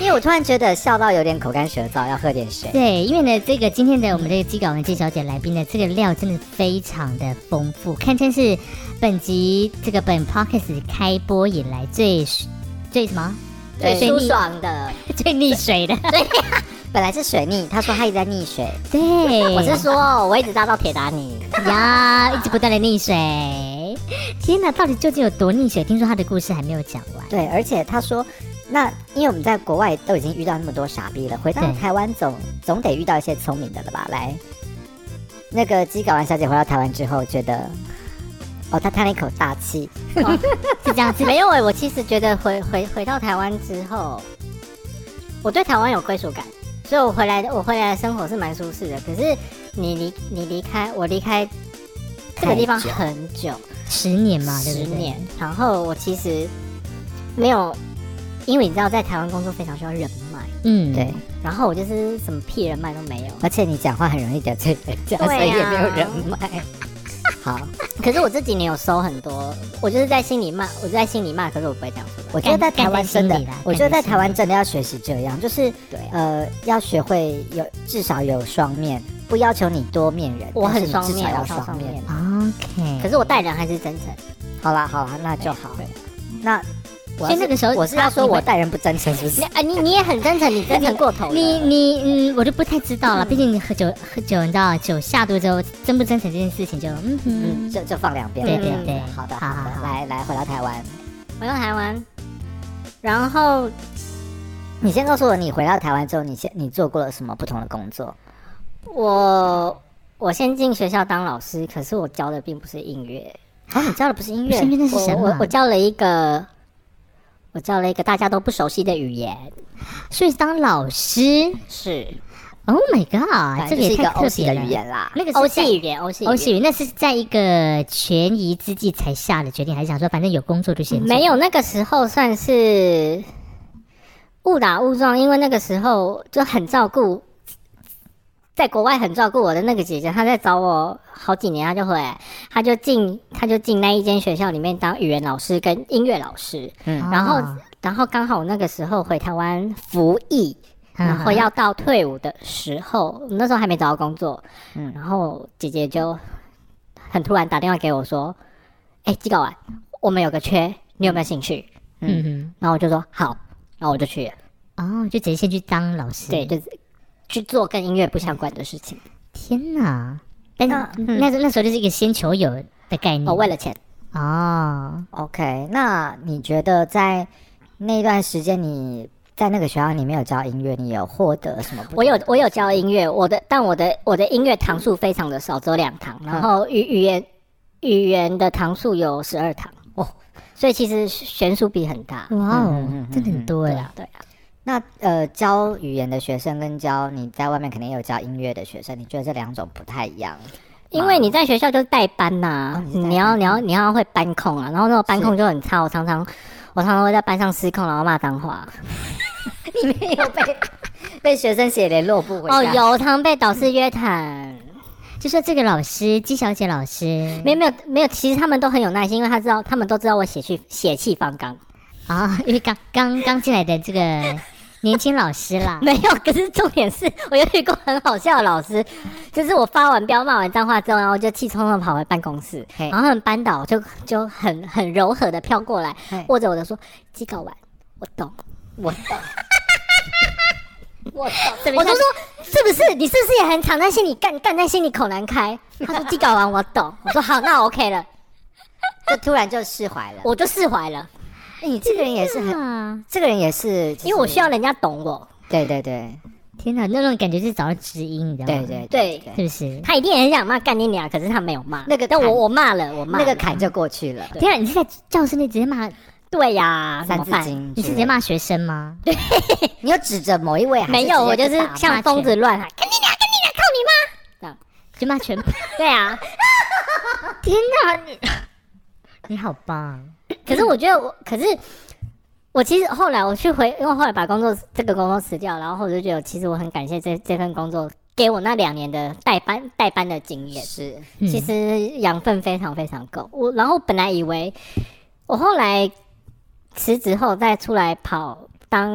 为我突然觉得笑到有点口干舌燥，要喝点水。 对，因为呢，这个今天的我们这个基稿文季小姐来宾呢，这个料真的非常的丰富，堪称是本集这个本 podcast 开播以来最最什么最舒爽的、 最溺水的。 对， 本来是水逆，他说他一直在溺水。 对， 我是说我一直搭到铁达尼呀，一直不断的溺水。天哪，到底究竟有多溺水？听说他的故事还没有讲完。 对，而且他说，那因为我们在国外都已经遇到那么多傻逼了，回到台湾总总得遇到一些聪明的了吧？来，那个基稿完小姐回到台湾之后，觉得哦，她叹了一口大气， 哦、是这样子。 没有哎、欸，我其实觉得回回回到台湾之后，我对台湾有归属感，所以我回来我回来的生活是蛮舒适的。可是你离你离开我离开这个地方很久。 十年嘛， 十年。然后我其实没有，因为你知道，在台湾工作非常需要人脉， 嗯， 对。 然后我就是什么屁人脉都没有， 而且你讲话很容易得罪人家， 对啊、 所以也没有人脉。好， 可是我这几年有收很多，我就是在心里骂，我就在心里骂，可是我不会讲出来。 我觉得在台湾真的，我觉得在台湾真的要学习这样，就是对、啊， 呃，要学会有至少有双面。不要求你多面人， 我很双面， 要双面。 OK， 可是我待人还是真诚。 好啦好啦，那就好。那所以那个时候我是要说我待人不真诚，是不是？ 啊，你你也很真诚，你真诚过头了。 你你嗯，我就不太知道了。毕竟你喝酒喝酒，你知道酒下肚之后，真不真诚这件事情就嗯嗯，就就放两边。 对对对， 好的好的，来来回到台湾， 回到台湾，然后你先告诉我，你回到台湾之后，你先你做过了什么不同的工作？ 我我先进学校当老师，可是我教的并不是音乐。 哦，你教的不是音乐， 音乐那是什么？ 我我教了一个，我教了一个大家都不熟悉的语言， 所以当老师是。 Oh my god， 这个也太特别的语言啦。 那个欧系语言，欧系欧系语言，那是在一个权宜之计才下的决定，还是想说反正有工作就先做？ 没有，那个时候算是误打误撞，因为那个时候就很照顾。在国外很照顾我的那个姐姐，她在找我好几年，她就回来，她就进，她就进那一间学校里面当语言老师跟音乐老师。嗯，然后，哦、然后刚好那个时候回台湾服役，嗯、然后要到退伍的时候，那时候还没找到工作。嗯，然后姐姐就很突然打电话给我说：“哎、欸，基稿完，我们有个缺，你有没有兴趣？”嗯哼，然后我就说好，然后我就去了。 哦，就直接先去当老师。 对，就是。去做跟音乐不相关的事情。 天哪！但是那那时候就是一个先求有的概念。 哦，为了钱。 哦 ，OK。那你觉得在那段时间，你在那个学校你没有教音乐，你有获得什么不？ 我有，我有教音乐，我的但我的我的音乐堂数非常的少，只有两堂，然后语语言语言的堂数有十二堂哦，所以其实悬殊比很大。 哇哦，真的很多哎。 对啊，对啊。 那呃，教语言的学生跟教你在外面肯定也有教音乐的学生，你觉得这两种不太一样？ 因为你在学校就是带班呐、啊哦，你要你要你要会班控啊，然后那个班控就很差，我常常我常常会在班上失控，然后骂脏话。 你没有被被学生写联络簿回家？ 哦，有，常被导师约谈。 就说这个老师姬小姐老师， 没有没有没有，其实他们都很有耐心，因为他知道他们都知道我血气血气方刚啊，因为刚刚刚进来的这个。年轻老师啦， 没有。可是重点是我有遇过很好笑的老师，就是我发完飙骂完脏话之后，然后就气冲冲跑回办公室，然后他们班导就就很很柔和的飘过来，握着我的说：“基稿完，我懂，我懂，我懂。”我就说：“是不是？你是不是也很藏在心里，干干在心里口难开？”他说：“基稿完，我懂。”我说：“好，那 OK 了。” 就突然就释怀了， 我就释怀了。 欸、你这个人也是很，啊、这个人也是、就是， 因为我需要人家懂我。 对对对， 天哪，那种感觉是找到知音，你知道吗？ 对对对， 是不是？ 他一定很想骂干你娘，可是他没有骂。 那个， 但我我骂了，我骂那个坎就过去了。 天哪，你是在教室内直接骂？ 对呀、啊， 三字经， 你是直接骂学生吗？ 对， 你有指着某一位？ 没有，我就是像疯子乱喊，干你娘，干你娘，操你妈！这样就骂全部。 对啊， 天哪，你你好棒。 可是我觉得我，可是。我其实后来我去回，因为后来把工作这个工作辞掉，然后我就觉得其实我很感谢这这份工作给我那两年的带班带班的经验， 是， 其实养分非常非常够。我然后本来以为我后来辞职后再出来跑当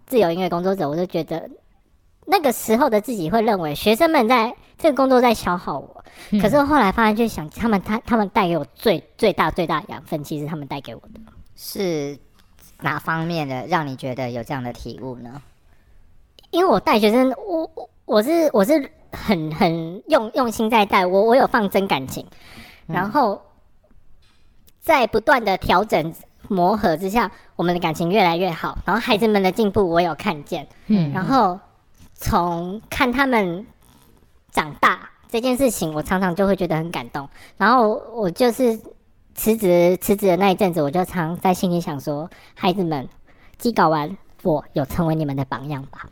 自由音乐工作者，我就觉得那个时候的自己会认为学生们在这个工作在消耗我，嗯、可是后来发现就想他们他他们带给我最最大最大的养分，其实他们带给我的是哪方面的让你觉得有这样的体悟呢？ 因为我带学生，我我我是我是很很用用心在带，我我有放真感情，然后在不断的调整磨合之下，我们的感情越来越好，然后孩子们的进步我有看见，嗯，然后从看他们长大这件事情，我常常就会觉得很感动，然后我就是辞职辞职的那一阵子，我就常在心里想说，孩子们，基搞完我有成为你们的榜样吧。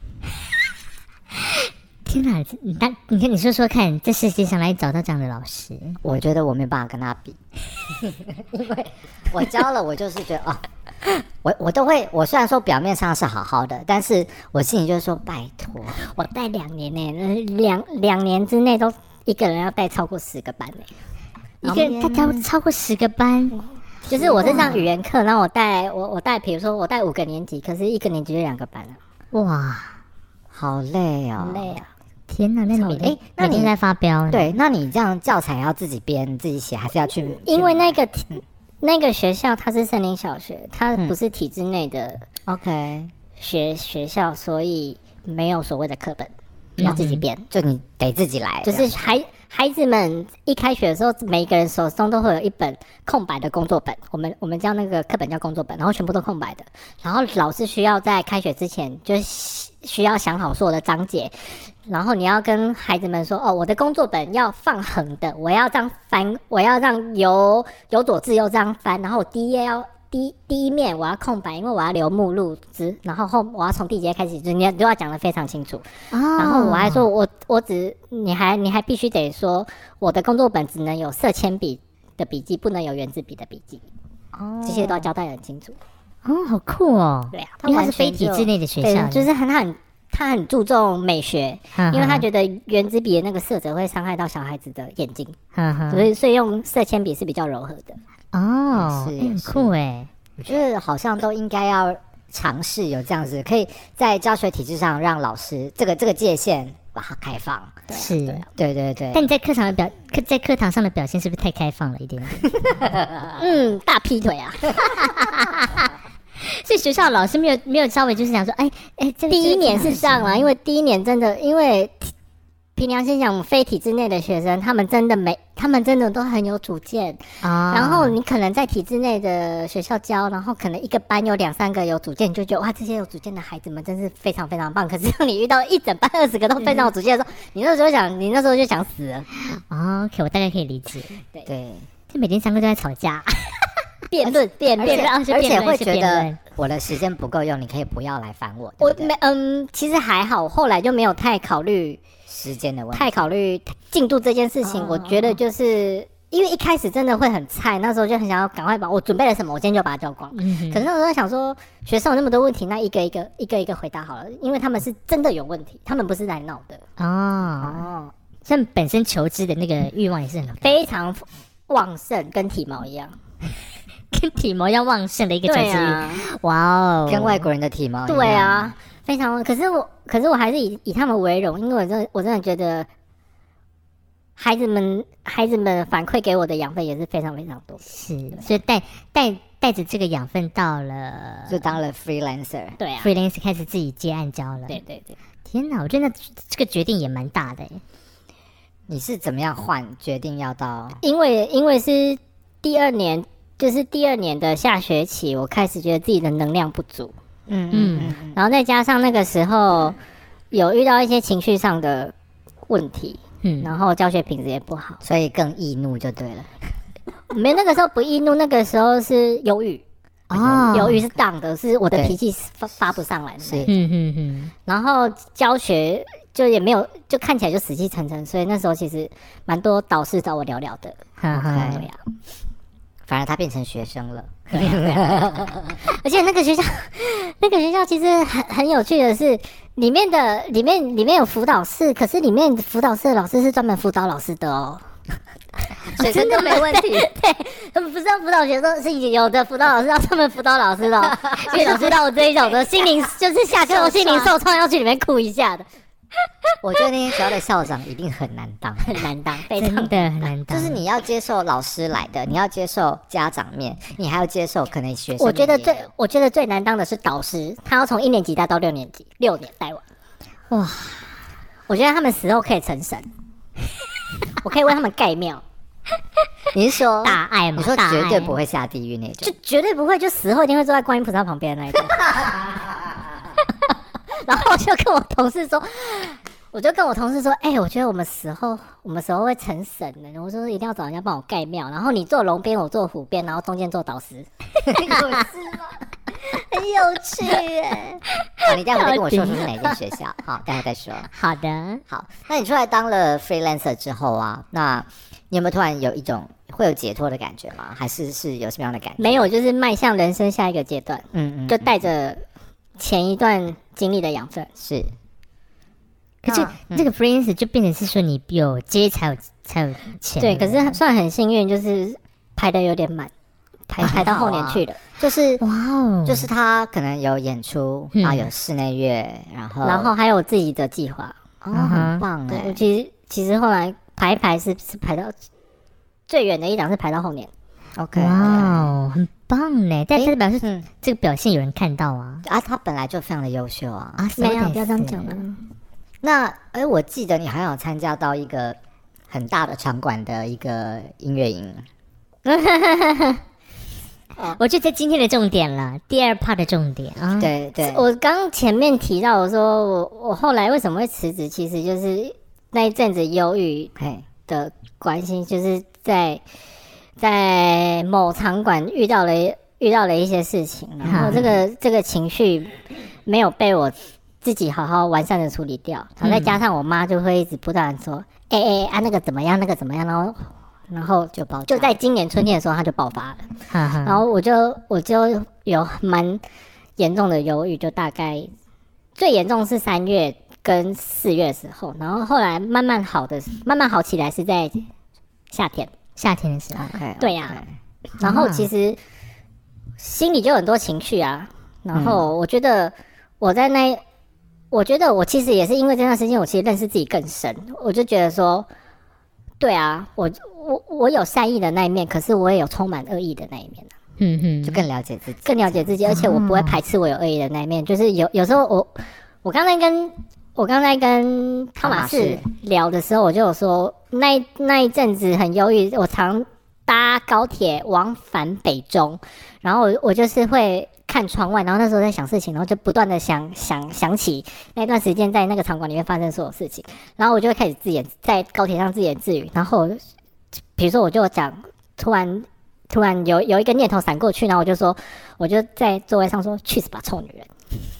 天哪，你看，你看，你说说看，这世界上哪里找到这样的老师？ 我觉得我没办法跟他比，因为我教了，我就是觉得哦，我我都会，我虽然说表面上是好好的，但是我心里就是说，拜托， 我带两年呢，两两年之内都一个人要带超过十个班呢， 一个人他教超过十个班。 就是我是上语言课，然后我带我我带，比如说我带五个年级，可是一个年级就两个班了。 哇， 好累哦， 好累啊！ 天哪，那你哎，那你应该发飙？ 对，那你这样教材要自己编、自己写，还是要去？ 因为那个、嗯、那个学校它是森林小学，它不是体制内的 OK 学学校，所以没有所谓的课本，要自己编， 嗯、就你得自己来。 就是孩孩子们一开学的时候，每一个人手中都会有一本空白的工作本，我们我们叫那个课本叫工作本，然后全部都空白的，然后老师需要在开学之前就需要想好所有的章节。然后你要跟孩子们说，哦，我的工作本要放横的，我要这样翻，我要让由由左至右这样翻，然后我第一页要第第一面我要空白，因为我要留目录之，然后后我要从第几页开始，就你都要讲得非常清楚。哦、然后我还说我我只你还你还必须得说，我的工作本只能有色铅笔的笔记，不能有圆珠笔的笔记。哦，这些都要交代得很清楚。 哦，好酷哦！ 对啊， 因为它是非体制内的学校， 就是很很。他很注重美学，因为他觉得圆珠笔的那个色泽会伤害到小孩子的眼睛，所以所以用色铅笔是比较柔和的。 哦，欸、很酷哎！ 我觉得好像都应该要尝试有这样子，可以在教学体制上让老师这个这个界限把它开放。 对是， 对对对。 但你在课堂的表课在课堂上的表现是不是太开放了一点点？ 嗯，大劈腿啊！ 所以学校老师没有没有稍微就是想说，哎哎， 第一年是这样啦，因为第一年真的，因为凭良心讲，非体制内的学生，他们真的没，他们真的都很有主见啊。然后你可能在体制内的学校教，然后可能一个班有两三个有主见，你就觉得哇，这些有主见的孩子们真是非常非常棒。可是当你遇到一整班二十个都非常有主见的时候，你那时候想，你那时候就想死了。 哦 OK， 我大概可以理解。 对对， 就每天上课都在吵架。 辩论辩论， 而且会觉得我的时间不够用，你可以不要来烦我。 我没嗯，其实还好，后来就没有太考虑时间的问题， 太考虑进度这件事情。我觉得就是因为一开始真的会很菜，那时候就很想要赶快把我准备了什么，我今天就把它教光。嗯、可是那时候想说，学生有那么多问题，那一个一个一个一个回答好了，因为他们是真的有问题，他们不是来闹的。 哦哦，像本身求知的那个欲望也是很非常旺盛，跟体毛一样。 跟体毛一样旺盛的一个求知欲， 啊、 哇哦， 跟外国人的体毛一样。 对啊，非常。可是我，可是我还是以以他们为荣，因为我真的我真的觉得，孩子们孩子们反馈给我的养分也是非常非常多。 是，所以带带带着这个养分到了， 就当了 freelancer， 对啊 ，freelancer 开始自己接案教了。 对对对， 天哪，我觉得这个决定也蛮大的。 你是怎么样换决定要到？ 因为因为是第二年。就是第二年的下学期，我开始觉得自己的能量不足，嗯嗯嗯，然后再加上那个时候有遇到一些情绪上的问题，嗯，然后教学品质也不好， 所以更易怒就对了。 没，那个时候不易怒，那个时候是忧郁，哦，忧郁是荡的，是我的脾气发发不上来的，是，嗯嗯嗯，然后教学就也没有，就看起来就死气沉沉，所以那时候其实蛮多导师找我聊聊的，哈哈，对呀。 反而他变成学生了， 而且那个学校，那个学校其实很很有趣的是，里面的里面里面有辅导室，可是里面辅导室的老师是专门辅导老师的哦。 学生都没问题。 对，他们不是要辅导学生，是有的辅导老师要他们辅导老师的，因为老师到我这一种的心灵，就是下课后心灵受创要去里面哭一下的。 我觉得那些学校的校长一定很难当， 很难当，非常真的很难当。 就是你要接受老师来的，你要接受家长面，你还要接受可能学生。 我觉得最，我觉得最难当的是导师，他要从一年级带到六年级，六年带完。哇，我觉得他们死后可以成神，我可以为他们盖庙。 你是说大爱吗？ 你说绝对不会下地狱那种， 就绝对不会，就死后一定会坐在观音菩萨旁边的那一种。然后我就跟我同事说，我就跟我同事说，哎、欸，我觉得我们死后，我们死后会成神的。我说一定要找人家帮我盖庙，然后你做龙边，我做虎边，然后中间做导师。 有事吗？很有趣耶！好，你待会再跟我说说是哪间学校。好，待会再说。 好的， 好。那你出来当了 freelancer 之后啊，那你有没有突然有一种会有解脱的感觉吗？还是是有什么样的感觉？ 没有，就是迈向人生下一个阶段。 嗯嗯， 就带着前一段经历的养分。 是。 可是、嗯、这个 freelance 就变成是说你有接才有才有钱。 对，可是算很幸运，就是排的有点满。排排到后年去了， 就是哇哦， 就是他可能有演出，然后有室内乐，然后然后还有自己的计划， 哦，很棒哎。 对，其实其实后来排一排是是排到最远的一档是排到后年。 OK， 哇哦，很棒嘞！但是表示、 嗯、 这个表现有人看到啊啊，他本来就非常的优秀啊啊， 没有不要这样讲了。 那哎，我记得你还有参加到一个很大的场馆的一个音乐营。 哦、我就在今天的重点了，第二 part 的重点啊。 对对， 我刚前面提到我说我我后来为什么会辞职，其实就是那一阵子忧郁的关系，就是在在某场馆遇到了遇到了一些事情，然后这个、嗯、这个情绪没有被我自己好好完善的处理掉，然后再加上我妈就会一直不断说，哎、嗯、哎、欸、啊那个怎么样，那个怎么样，然后。然后就爆，就在今年春天的时候，他就爆发了。 哈哈， 然后我就我就有蛮严重的忧郁，就大概最严重是三月跟四月的时候，然后后来慢慢好的，慢慢好起来是在夏天， 夏天的时候。 Okay, 对呀、啊。Okay. 然后其实心里就有很多情绪啊。然后我觉得我在那，我觉得我其实也是因为这段时间，我其实认识自己更深，我就觉得说，对啊，我。我我有善意的那一面，可是我也有充满恶意的那一面、啊、 嗯哼， 就更了解自己， 更了解自己，而且我不会排斥我有恶意的那一面。就是有有时候我我刚才跟我刚才跟汤马士聊的时候，我就有说那那一阵子很忧郁，我常搭高铁往返北中，然后我我就是会看窗外，然后那时候在想事情，然后就不断的想想想起那段时间在那个场馆里面发生所有事情，然后我就会开始自言在高铁上自言自语，然后。比如说，我就讲，突然突然有有一个念头闪过去，然后我就说，我就在座位上说：“去死吧，臭女人！”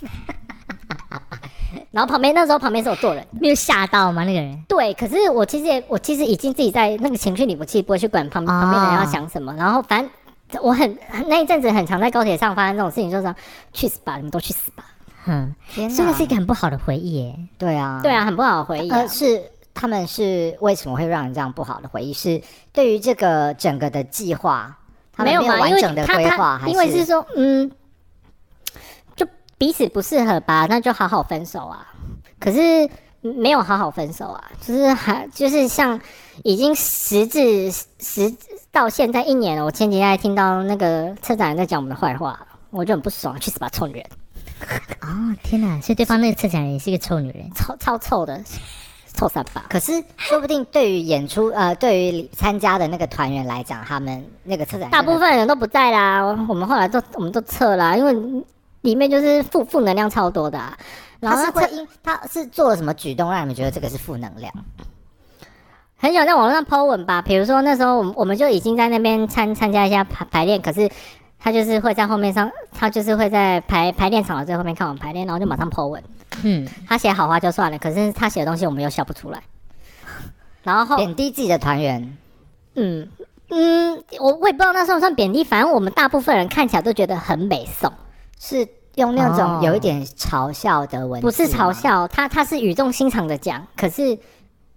然后旁边那时候旁边是有坐人， 没有吓到吗？那个人？ 对，可是我其实也我其实已经自己在那个情绪里，我其实不会去管旁旁边的人要想什么。然后反正我很那一阵子很常在高铁上发生这种事情，就是说去死吧，你们都去死吧。 嗯，真的是一个很不好的回忆耶。 对啊， 对啊，很不好的回忆、啊。 呃，是。他们是为什么会让人这样不好的回忆？是对于这个整个的计划，他们没有完整的规划，还是因为是说，嗯，就彼此不适合吧，那就好好分手啊。可是没有好好分手啊，就是还就是像已经时至时到现在一年了。我前几天还听到那个车长在讲我们的坏话，我就很不爽，去死吧，臭女人！ 哦，天哪！所以对方那个车长人也是一个臭女人， 超超臭的。臭三八， 可是说不定对于演出呃，对于参加的那个团员来讲，他们那个策展大部分人都不在啦。我们后来都我们都撤啦，因为里面就是负负能量超多的、啊。然后他是会因他是做了什么举动让你们觉得这个是负能量？ 很想在网络上 po 文吧，比如说那时候我们我们就已经在那边参参加一下排排练，可是他就是会在后面上，他就是会在排排练场的最后面看我们排练，然后就马上 po 文。嗯，他写好话就算了，可是他写的东西我们又笑不出来，然后贬低自己的团员。 嗯嗯，我我也不知道那算不算贬低，反正我们大部分人看起来都觉得很美颂， 是用那种有一点嘲笑的文字、哦， 不是嘲笑，他他是语重心长的讲，可是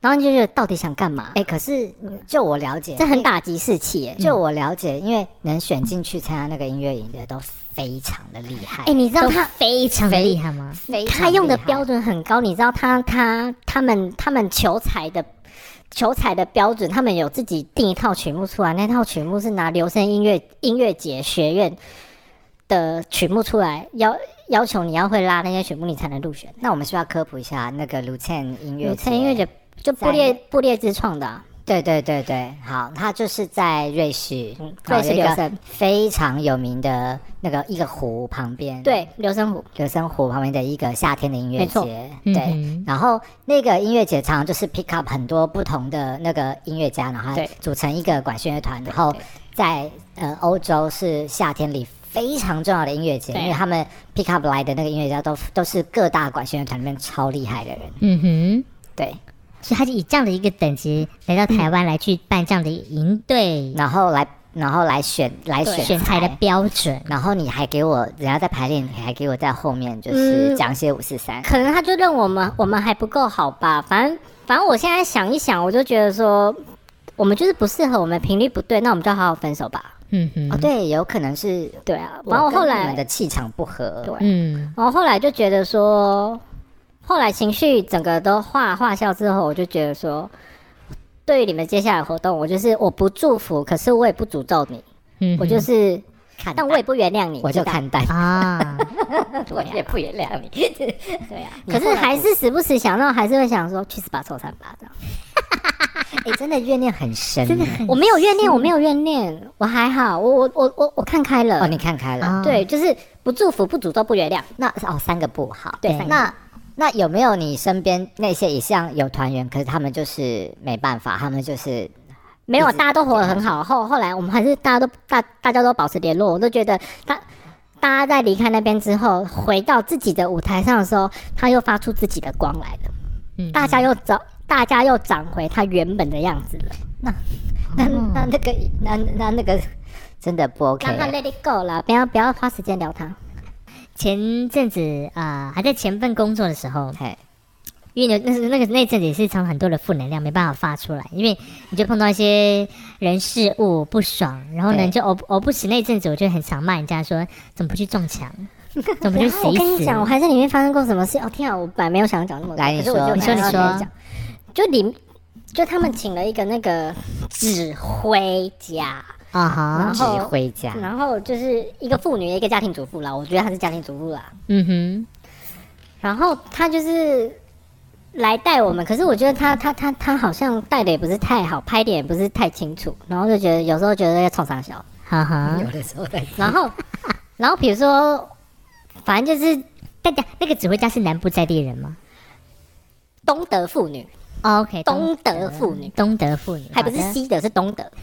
然后你就觉得到底想干嘛？ 哎、欸，可是就我了解， 这很打击士气耶。 就我了解，因为能选进去参加那个音乐营的都非常的厉害。 哎、欸，你知道他非常的厉害吗？ 非常他用的标准很高，你知道他他他们他们求财的求财的标准，他们有自己定一套曲目出来，那套曲目是拿留声音乐音乐节学院的曲目出来，要要求你要会拉那些曲目，你才能入选。 那我们需要科普一下那个卢茜音乐节， 卢茜音乐节就布列布列兹创的、啊。 对对对对，好，它就是在瑞士，嗯、 瑞士琉森非常有名的那个一个湖旁边， 对，琉森湖， 琉森湖旁边的一个夏天的音乐节， 对、 嗯，然后那个音乐节常常就是 pick up 很多不同的那个音乐家，然后组成一个管弦乐团，然后在呃欧洲是夏天里非常重要的音乐节，因为他们 pick up 来的那个音乐家都都是各大管弦乐团里面超厉害的人， 嗯哼， 对。 所以他是以这样的一个等级来到台湾来去办这样的营队、 嗯，然后来然后来选来选选材的标准， 然后你还给我人家在排练，你还给我在后面就是讲些五四三， 可能他就认我们我们还不够好吧，反正反正我现在想一想，我就觉得说我们就是不适合，我们频率不对，那我们就好好分手吧。 嗯哼， 哦对，有可能是对啊，然后后来你们的气场不合， 对， 嗯， 然后后来就觉得说。后来情绪整个都化化消之后，我就觉得说，对于你们接下来的活动，我就是我不祝福，可是我也不诅咒你，嗯，我就是看，但我也不原谅你， 我就看淡啊， 我也不原谅你， 对啊，可是还是时不时想到，还是会想说，去死吧，臭三八这样。 哎、欸，真的怨念很深， 真的很， 我没有怨念，我没有怨念，我还好，我我我我我看开了。 哦，你看开了， 哦、对，就是不祝福、不诅咒、不原谅。 那哦，三个不好， 对， 那。那有没有你身边那些也像有团员，可是他们就是没办法，他们就是没有，大家都活得很好。后后来我们还是大家都大大家都保持联络，我都觉得他大家在离开那边之后，回到自己的舞台上的时候，他又发出自己的光来了，嗯，大家又长大家又长回他原本的样子了。 那那那那个那那那个真的不 OK， 让他 let it go 了，不要不要花时间聊他。 前阵子啊、呃，还在前份工作的时候， 嘿， 因为那那个那阵子也是常很多的负能量没办法发出来，因为你就碰到一些人事物不爽，然后呢就偶偶不时那阵子我就很常骂人家说怎么不去撞墙，怎么不去死一死。 我跟你讲，我还在里面发生过什么事？哦天啊，我本来没有想讲那么多， 来你说， 你说你说， 就里就他们请了一个那个指挥家。 啊哈， 然后指挥家， 然后就是一个妇女，一个家庭主妇啦。我觉得她是家庭主妇啦。 嗯哼， 然后她就是来带我们，可是我觉得她她她她好像带的也不是太好，拍的也不是太清楚，然后就觉得有时候觉得要冲上小， 哈哈， 有的时候在。 然后然后比如说，反正就是大家那个指挥家是南部在地人吗？ 东德妇女。 Oh, OK， 东德妇女， 东德妇女， 还不是西德，是东德。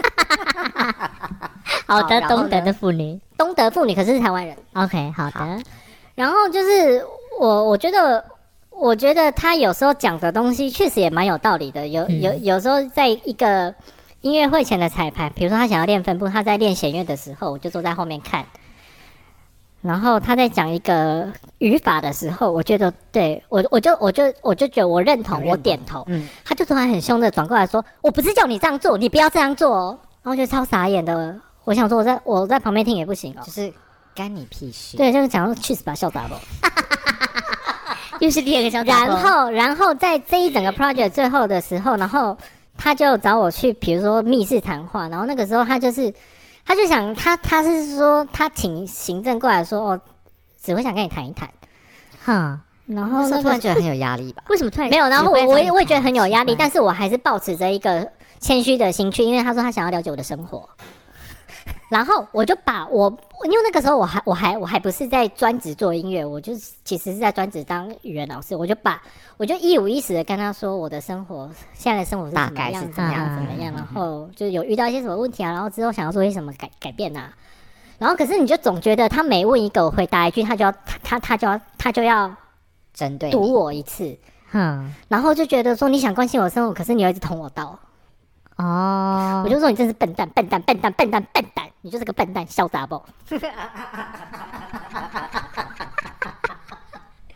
好的，东德的妇女， 东德妇女可是是台湾人。 OK， 好的。好然后就是我，我觉得，我觉得他有时候讲的东西确实也蛮有道理的。有有有时候在一个音乐会前的彩排，比如说他想要练分部，他在练弦乐的时候，我就坐在后面看。然后他在讲一个语法的时候，我觉得对我，我就我就我就觉得我认同，认同我点头。嗯，他就突然很凶的转过来说：“我不是叫你这样做，你不要这样做哦。”然后我觉得超傻眼的。我想说，我在我在旁边听也不行哦， 就是干你屁事。 对，就是讲说去死吧，笑杂包。 又是第二个笑杂包。然后，然后在这一整个 project 最后的时候，然后他就找我去，比如说密室谈话。然后那个时候他就是。他就想他他是说他请行政过来说哦，只会想跟你谈一谈， 哈， 然后那突然觉得很有压力吧？ 为什么突然没有？然后我我也我也觉得很有压力，但是我还是抱持着一个谦虚的心去，因为他说他想要了解我的生活，然后我就把我因为那个时候我还我还我还不是在专职做音乐，我就其实是在专职当语言老师，我就把我就一五一十的跟他说我的生活现在的生活是怎么样怎么样怎么样，然后就有遇到一些什么问题啊，然后之后想要做一些什么改改变啊，然后可是你就总觉得他每问一个我回答一句，他就要他他他就要他就要针对堵我一次， 嗯， 然后就觉得说你想关心我的生活，可是你又一直捅我刀。 哦， 我就说你真是笨蛋，笨蛋，笨蛋，笨蛋，笨蛋，你就是个笨蛋，小杂包。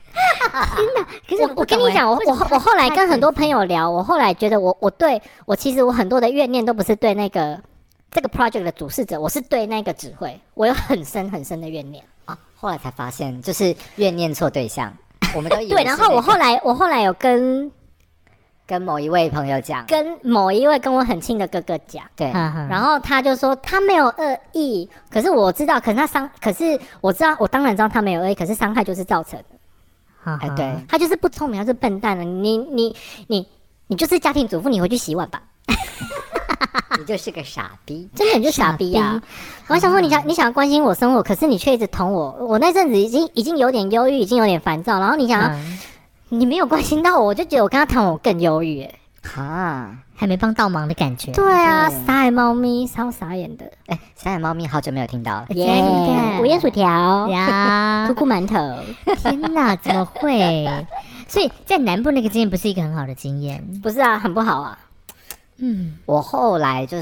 哪！可是我我跟你讲，我我我后来跟很多朋友聊，我后来觉得我我对我其实我很多的怨念都不是对那个这个 project 的主事者，我是对那个指挥，我有很深很深的怨念啊。后来才发现，就是怨念错对象，我们都以为、那个、 对。然后我后来我后来有跟跟某一位朋友讲， 跟某一位跟我很亲的哥哥讲， 对， 然后他就说他没有恶意，可是我知道，可是他伤，可是我知道，我当然知道他没有恶意，可是伤害就是造成的。 哎，对， 他就是不聪明，他是笨蛋了。你你你你就是家庭主妇，你回去洗碗吧。 你就是个傻逼， 真的你就傻逼啊！我想说你想你想关心我生活，可是你却一直捅我。我那阵子已经已经有点忧郁，已经有点烦躁，然后你想要、嗯、你没有关心到我，我就觉得我跟他谈我更忧郁哎。 哈， 还没帮倒忙的感觉。 对啊，傻眼猫咪超傻眼的。 哎，傻眼猫咪好久没有听到了。 耶、yeah, ，五叶薯条呀， 酷酷馒头。 天哪，怎么会？所以在南部那个经验不是一个很好的经验。 不是啊，很不好啊。 嗯，我后来就是，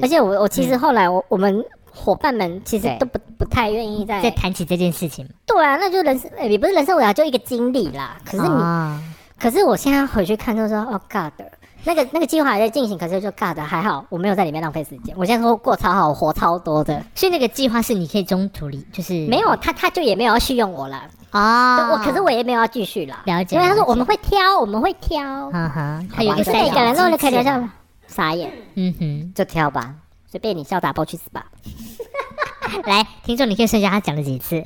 而且我我其实后来我、嗯、我们伙伴们其实都不不太愿意再再谈起这件事情。 对啊，那就人生也不是人生，我就一个经历啦。可是你，哦、可是我现在回去看就说，哦 God。那个那个计划还在进行，可是就 God 还好，我没有在里面浪费时间。我现在说过超好，我活超多的， 所以那个计划是你可以中途离，就是没有他他就也没有要续用我了啊。 我可是我也没有要继续啦， 了解。 因为他说我们会挑，我们会挑， 哈哈，他有一个每个人都可以留下，傻眼， 嗯哼，就挑吧， 随便你笑打包去死吧。 来，听众你可以剩下他讲了几次。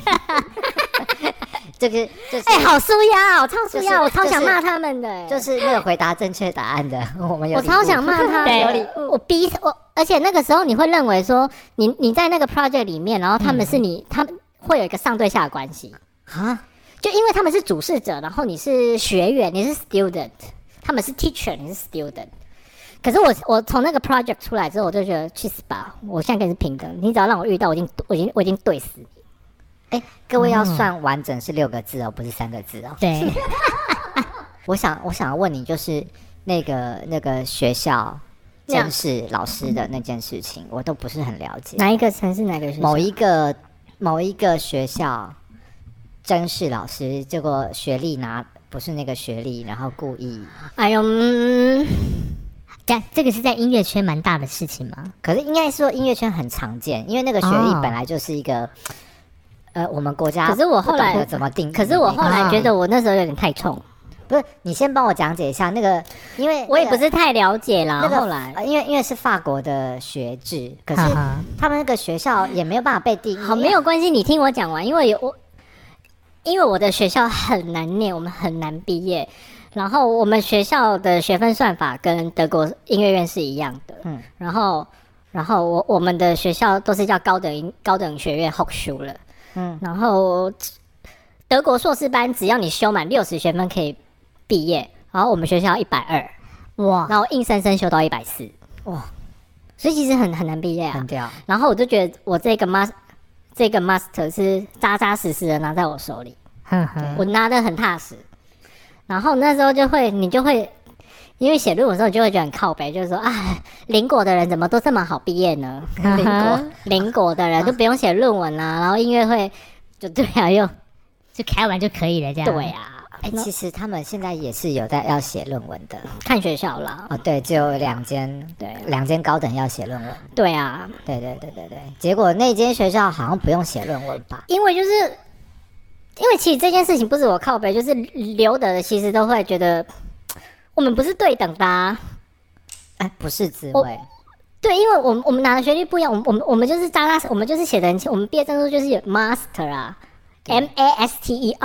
这个就是哎、欸，好舒压，我超舒压，我超想骂他们的， 就是那个回答正确答案的，我们有我超想骂他， 对， 我逼我，而且那个时候你会认为说，你你在那个 project 里面，然后他们是你，嗯、他们会有一个上对下的关系啊， 就因为他们是主事者，然后你是学员，你是 student， 他们是 teacher， 你是 student。可是我我从那个 project 出来之后，我就觉得去死吧，我现在跟你是平等，你只要让我遇到，我已经我已经我已经对死你。 哎，各位要算完整是六个字哦，不是三个字哦。 对， 我想我想要问你，就是那个那个学校监视老师的那件事情，我都不是很了解。 哪一个城市哪个学校？ 某一个某一个学校监视老师，结果学历拿不是那个学历，然后故意。 哎呦，嗯， 这这个是在音乐圈蛮大的事情吗？ 可是应该说音乐圈很常见，因为那个学历本来就是一个。哦呃，我们国家可是我后来怎么定？ 可是我后来觉得我那时候有点太冲， 不是？你先帮我讲解一下那个，因为、那个、 我也不是太了解啦。 那个、 后来， 呃、因为因为是法国的学制，可是他们那个学校也没有办法被定义。 好，没有关系，你听我讲完，因为有我，因为我的学校很难念，我们很难毕业。然后我们学校的学分算法跟德国音乐院是一样的，嗯，然后然后我我们的学校都是叫高等高等学院 Hochschule。嗯，然后德国硕士班只要你修满六十学分可以毕业，然后我们学校一百二，哇，然后硬生生修到一百四，哇，所以其实很很难毕业啊， 很屌。 然后我就觉得我这个 master 这个 master 是扎扎实实的拿在我手里， 哼哼， 我拿得很踏实。然后那时候就会你就会因为写论文的时候，你就会觉得很靠北，就是说啊，邻国的人怎么都这么好毕业呢？邻国邻国的人就不用写论文啊，然后音乐会就对啊，又就开完就可以了，这样对啊。 哎、欸，其实他们现在也是有在要写论文的， 看学校啦。 哦，对，只有两间，对，两间高等要写论文。 对啊， 对对对对对。结果那间学校好像不用写论文吧？ 因为就是因为其实这件事情不是我靠北，就是留的其实都会觉得。我们不是对等的啊， 哎，不是职位， 对，因为我们我们拿的学历不一样，我们我们我们就是扎扎，我们就是写的很清，我们毕业证书就是有 master 啊 ，M A S T E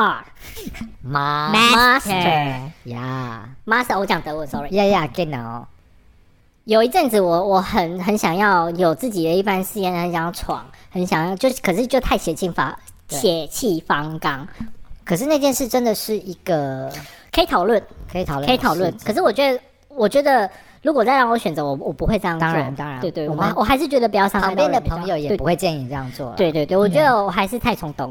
R，master 呀 ，master 我讲德文 ，sorry， 呀呀，genau。 有一阵子我我很很想要有自己的一番事业，很想要闯，很想要，就是可是就太血气方血气方刚， 可是那件事真的是一个。 可以讨论， 可以讨论， 可以讨论。可是我觉得，我觉得如果再让我选择，我我不会这样做。 当然，当然， 对对，我们我还是觉得不要伤害旁边的朋友也不会建议你这样做。 对对对，我觉得我还是太冲动了。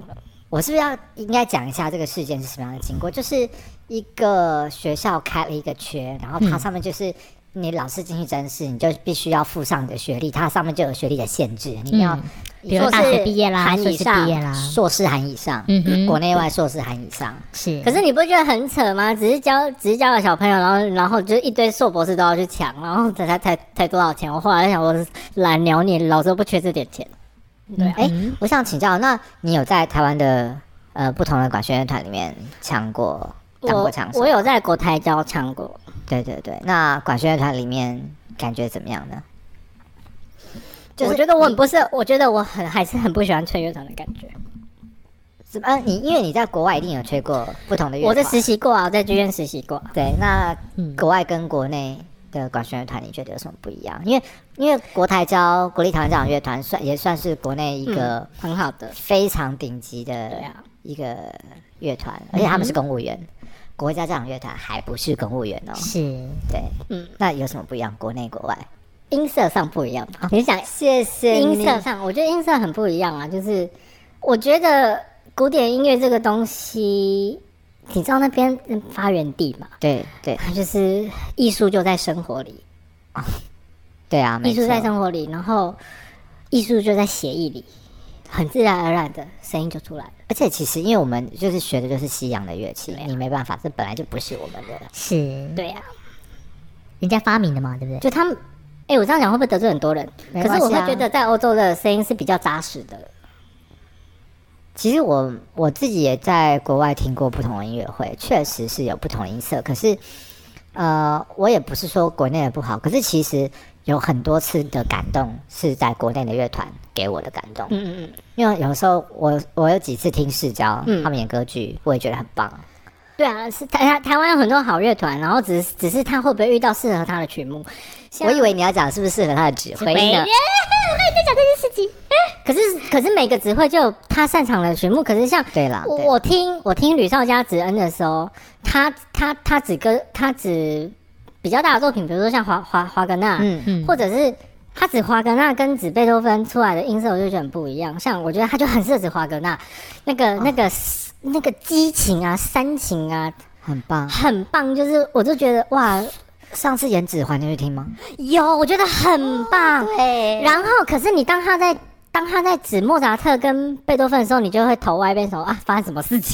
我是不是要应该讲一下这个事件是什么样的经过？就是一个学校开了一个缺，然后它上面就是你老师进去甄试，你就必须要附上你的学历，它上面就有学历的限制，你要、嗯、 比如大学毕业啦，硕士毕业啦， 硕士含以上，嗯哼，国内外硕士含以上。 是， 可是你不觉得很扯吗？只是教只是教个小朋友，然后然后就一堆硕博士都要去抢，然后才才才才多少钱？我后来想，我懒鸟你，老师不缺这点钱。 对，哎、嗯欸，我想请教，那你有在台湾的呃不同的管弦乐团里面唱过，当过唱手？ 我有在国台交唱过。 对对对，那管弦乐团里面感觉怎么样呢？ 就是、我觉得我很不是，我觉得我很还是很不喜欢吹乐团的感觉。 什么？呃、你因为你在国外一定有吹过不同的乐团， 我在实习过啊，我在剧院实习过。 对，那国外跟国内的管弦乐团，你觉得有什么不一样？因为因为国台交国立台湾交响乐团算也算是国内一个、 嗯、很好的、 非常顶级的一个乐团、啊，而且他们是公务员。嗯国家交响乐团还不是公务员哦， 是， 对，嗯，那有什么不一样？国内国外音色上不一样吧？你想， 谢谢你。 音色上，我觉得音色很不一样啊。就是我觉得古典音乐这个东西，你知道那边发源地嘛？ 对对， 它就是艺术就在生活里。 啊、对啊， 艺术在生活里，然后艺术就在协议里。很自然而然的声音就出来了， 而且其实因为我们就是学的就是西洋的乐器，啊、你没办法，这本来就不是我们的。 是， 对呀、啊， 人家发明的嘛，对不对？ 就他们，哎、欸，我这样讲会不会得罪很多人？啊、可是我会觉得在欧洲的声音是比较扎实的。 其实我我自己也在国外听过不同的音乐会，确实是有不同的音色。可是，呃，我也不是说国内的不好，可是其实有很多次的感动是在国内的乐团给我的感动。嗯嗯嗯，因为有时候我我有几次听世交、嗯、他们演歌剧，我也觉得很棒。 对啊，是台台湾有很多好乐团，然后只是只是他会不会遇到适合他的曲目？ 我以为你要讲是不是适合他的指挥呢？ 我也在讲这件事情。可是可是每个指挥就有他擅长的曲目，可是像对啦， 我我听我听吕绍嘉指恩的时候，他他他只歌他只。比较大的作品，比如说像华华华格纳，嗯嗯，或者是他指华格纳跟指贝多芬出来的音色，我就觉得很不一样。像我觉得他就很适合指华格纳，那个、哦、那个那个激情啊、煽情啊， 很棒， 很棒。就是我就觉得哇， 上次演指环你去听吗？ 有，我觉得很棒。 哦、对。 然后，可是你当他在当他在指莫扎特跟贝多芬的时候，你就会头歪边说啊，发生什么事情？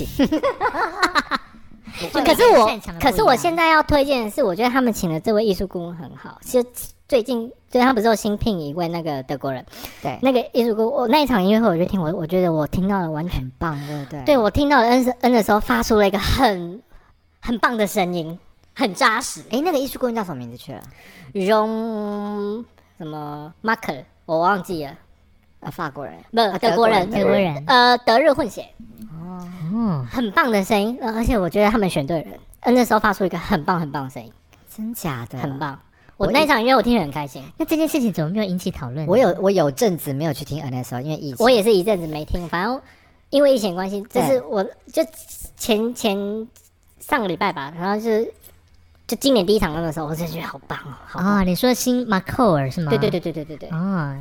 可是我，可是我现在要推荐的是，我觉得他们请的这位艺术顾问很好。就最近，对他不是有新聘一位那个德国人， 对， 那个艺术顾问，我那一场音乐会我就听，我我觉得我听到了完全很棒，对不对？ 对，我听到了恩恩的时候，发出了一个很很棒的声音，很扎实。 哎，那个艺术顾问叫什么名字去了？ 容什么 Marker， 我忘记了。 呃，法国人， 不， 啊、 德国人， 德国人， 呃，德日混血。 哦， 很棒的声音，而且我觉得他们选对人，嗯，那时候发出一个很棒很棒的声音， 真假的， 很棒。我那一场音乐我听得很开心。 那这件事情怎么没有引起讨论？ 我有我有阵子没有去听 N S O， 因为疫情， 我也是一阵子没听，反正因为疫情关系，就是我就前前上个礼拜吧，然后就是就今年第一场的时候，我就觉得好棒哦，好棒哦，你说新马寇尔是吗？ 对对对对对对对， 哦。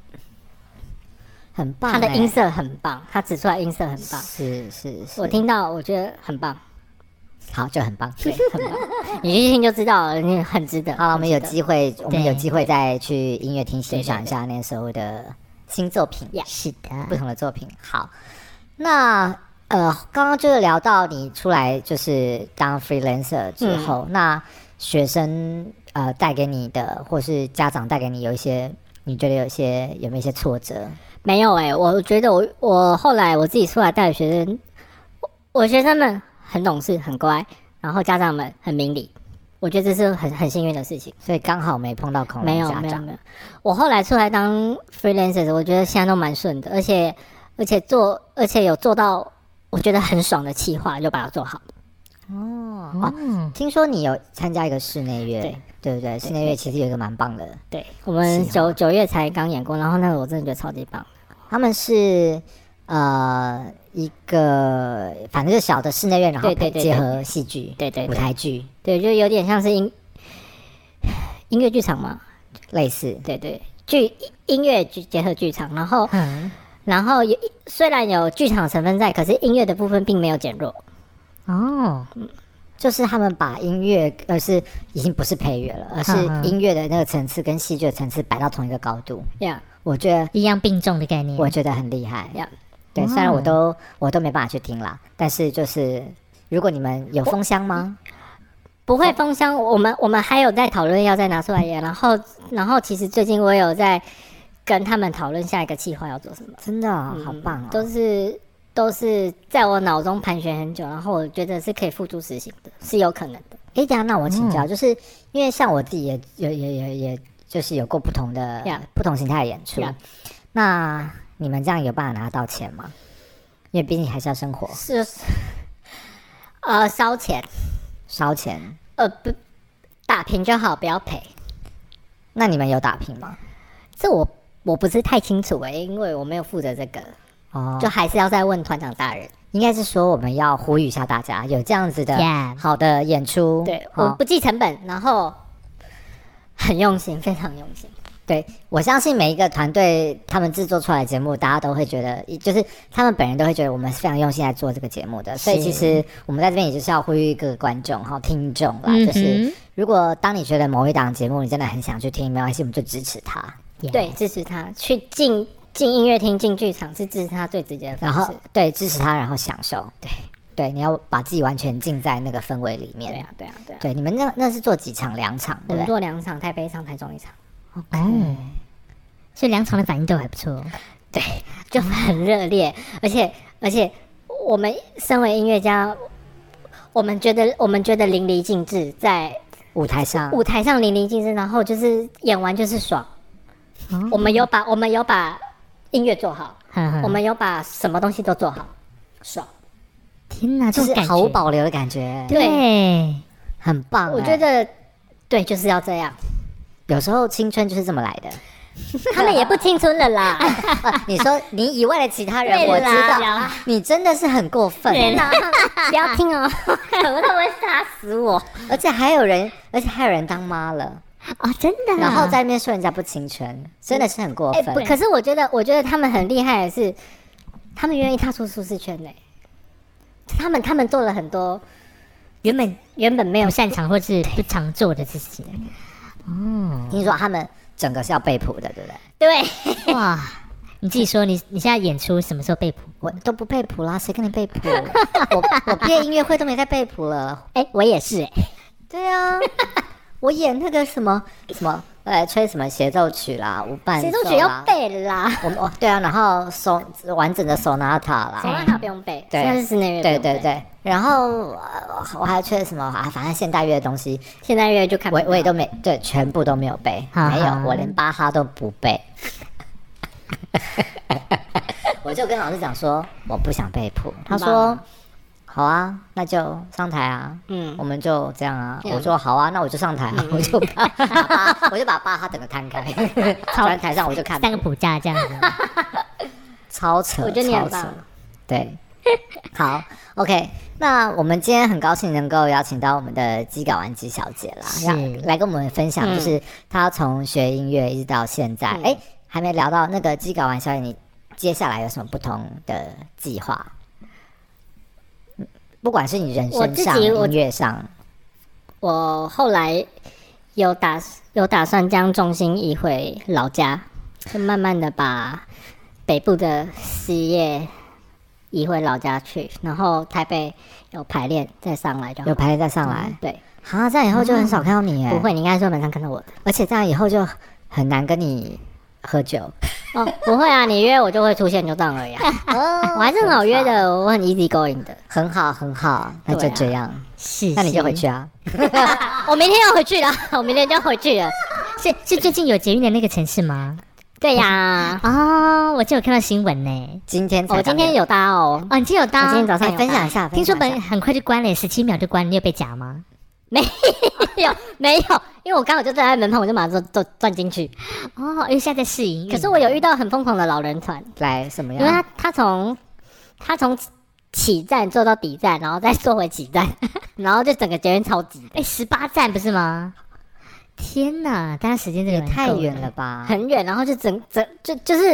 很棒、欸， 他的音色很棒，他指出来音色很棒， 是是是， 我听到我觉得很棒， 好就很棒， 对，很棒，你去听就知道了，你很值得。 好，我们有机会，我们有机会再去音乐厅欣赏一下那时候的新作品， 是的， 不同的作品。好，那呃，刚刚就是聊到你出来就是当 freelancer 之后，嗯、那学生呃带给你的，或是家长带给你有一些，你觉得有一些有没有一些挫折？ 没有哎、欸，我觉得我我后来我自己出来带的学生，我我学生们很懂事很乖，然后家长们很明理，我觉得这是很很幸运的事情， 所以刚好没碰到恐龙没有家长。 没有没有，我后来出来当 freelancer， 我觉得现在都蛮顺的，而且而且做而且有做到我觉得很爽的企划，就把它做好。 哦哦，听说你有参加一个室内乐，对对不对？室内乐其实有一个蛮棒的， 对我们九九月才刚演过，然后那个我真的觉得超级棒。 他们是呃一个反正就是小的室内乐，然后结合戏剧， 对对舞台剧， 对，就有点像是音音乐剧场嘛， 类似， 对对，剧音乐剧结合剧场，然后。嗯然后有虽然有剧场成分在，可是音乐的部分并没有减弱。 哦， 就是他们把音乐，而是已经不是配乐了，而是音乐的那个层次跟戏剧的层次摆到同一个高度。 Yeah， 我觉得一样并重的概念， 我觉得很厉害。 Yeah， 对，虽然我都我都没办法去听啦，但是就是如果你们有封箱吗？ 不会封箱，我们我们还有在讨论要再拿出来演，然后然后其实最近我有在跟他们讨论下一个计划要做什么。 真的、哦嗯、好棒哦！ 都是都是在我脑中盘旋很久，然后我觉得是可以付诸实行的，是有可能的。 哎，等一下，那我请教，嗯、就是因为像我自己也也也也也就是有过不同的、yeah. 不同形态的演出， yeah. 那你们这样有办法拿到钱吗？因为毕竟还是要生活。 是，呃，烧钱。 烧钱， 呃不，打平就好，不要赔。 那你们有打平吗？ 这我我不是太清楚诶、欸，因为我没有负责这个，哦，就还是要再问团长大人。 应该是说我们要呼吁一下大家，有这样子的好的演出， yeah. 对，我不计成本，然后很用心，非常用心。 对，我相信每一个团队他们制作出来的节目，大家都会觉得，就是他们本人都会觉得我们是非常用心来做这个节目的。所以其实我们在这边也就是要呼吁一个观众哈、听众啦、嗯，就是如果当你觉得某一档节目你真的很想去听，没关系，我们就支持他。 Yeah. 对，支持他去进进音乐厅、进剧场是支持他最直接的方式。 然后对，支持他，然后享受。对对，你要把自己完全浸在那个氛围里面。 对啊，对啊，对啊。 对，你们那那是做几场？两场，对不对？ 我们做两场，台北一场，台中一场。 OK，、哦、所以两场的反应都还不错， 对，就很热烈，而且而且我们身为音乐家，我们觉得我们觉得淋漓尽致，在舞台上舞台上淋漓尽致，然后就是演完就是爽。哦、我们有把我们有把音乐做好，呵呵我们有把什么东西都做好，爽。 天哪， 就是毫无保留的感觉， 对， 很棒、欸。 我觉得对，就是要这样。 有时候青春就是这么来的， 他们也不青春了啦。 你说你以外的其他人，我知道，你真的是很过分。 不要听哦，可能他会杀死我。 而且还有人，而且还有人当妈了啊、哦，真的。 然后在那边说人家不青春，真的是很过分。欸、 不，可是我觉得，我觉得他们很厉害的是，他们愿意踏出舒适圈嘞。他们他们做了很多原本原本没有擅长或是不常做的事情。 哦，听说他们整个是要背谱的，对不对？ 对， 哇，你自己说你你现在演出什么时候背谱？ 我都不背谱啦，谁跟你背谱？我我毕业音乐会都没在背谱了。 哎、欸，我也是哎、欸。 对啊，我演那个什么什么，呃，吹什么协奏曲啦，无伴奏啦， 协奏曲要背啦。 我哦，对啊，然后手完整的 sonata 啦 ，sonata 不用背， 对， 现在是室内乐， 对对对。然后、呃、我还吹什么啊？反正现代乐的东西， 现代乐就看不我我也都没对，全部都没有背， 好好没有，我连巴哈都不背。我就跟老师讲说，我不想背谱。他说，好啊，那就上台啊，嗯，我们就这样啊。嗯、我说好啊，那我就上台啊，嗯、我就把把我就把巴哈整个摊开，坐在台上我就看三个谱架这样子， 超扯， 我觉得你很棒， 对。好 ，OK， 那我们今天很高兴能够邀请到我们的姬皋婉姬小姐啦，来跟我们分享，就是她从学音乐一直到现在，哎、嗯，还没聊到那个姬皋婉小姐，你接下来有什么不同的计划？不管是你人生上、音乐上， 我后来有打有打算将重心移回老家，就慢慢的把北部的事业移回老家去，然后台北有排练再上来就好， 有排练再上来， 嗯、对。 好，这样以后就很少看到你耶、 嗯。不会，你应该说蛮常看到我的， 而且这样以后就很难跟你喝酒。 哦，不会啊，你约我就会出现，就这样而已、啊。哦，我还是很好约的，我很 easy going 的， 很好很好，那就这样。 是、啊， 那你就回去啊。 我明天要回去了，我明天就要回去了。 是是最近有捷运的那个城市吗？ 对呀， 哦，我就有看到新闻呢。 今天才我、哦、今天有搭哦， 哦，你今天有搭？ 我今天早上有分享一下。 听说本很快就关了，十七秒就关了，你有被夹吗？ 没有，没有，因为我刚好就站在门旁，我就马上就钻进去。 哦，因为现在在试营运。 可是我有遇到很疯狂的老人团， 来什么样？ 因为他他从他从起站坐到底站，然后再坐回起站，然后就整个捷运超级哎，十八站不是吗？天哪，大家时间这个也太远了吧， 很远，然后就整整就就是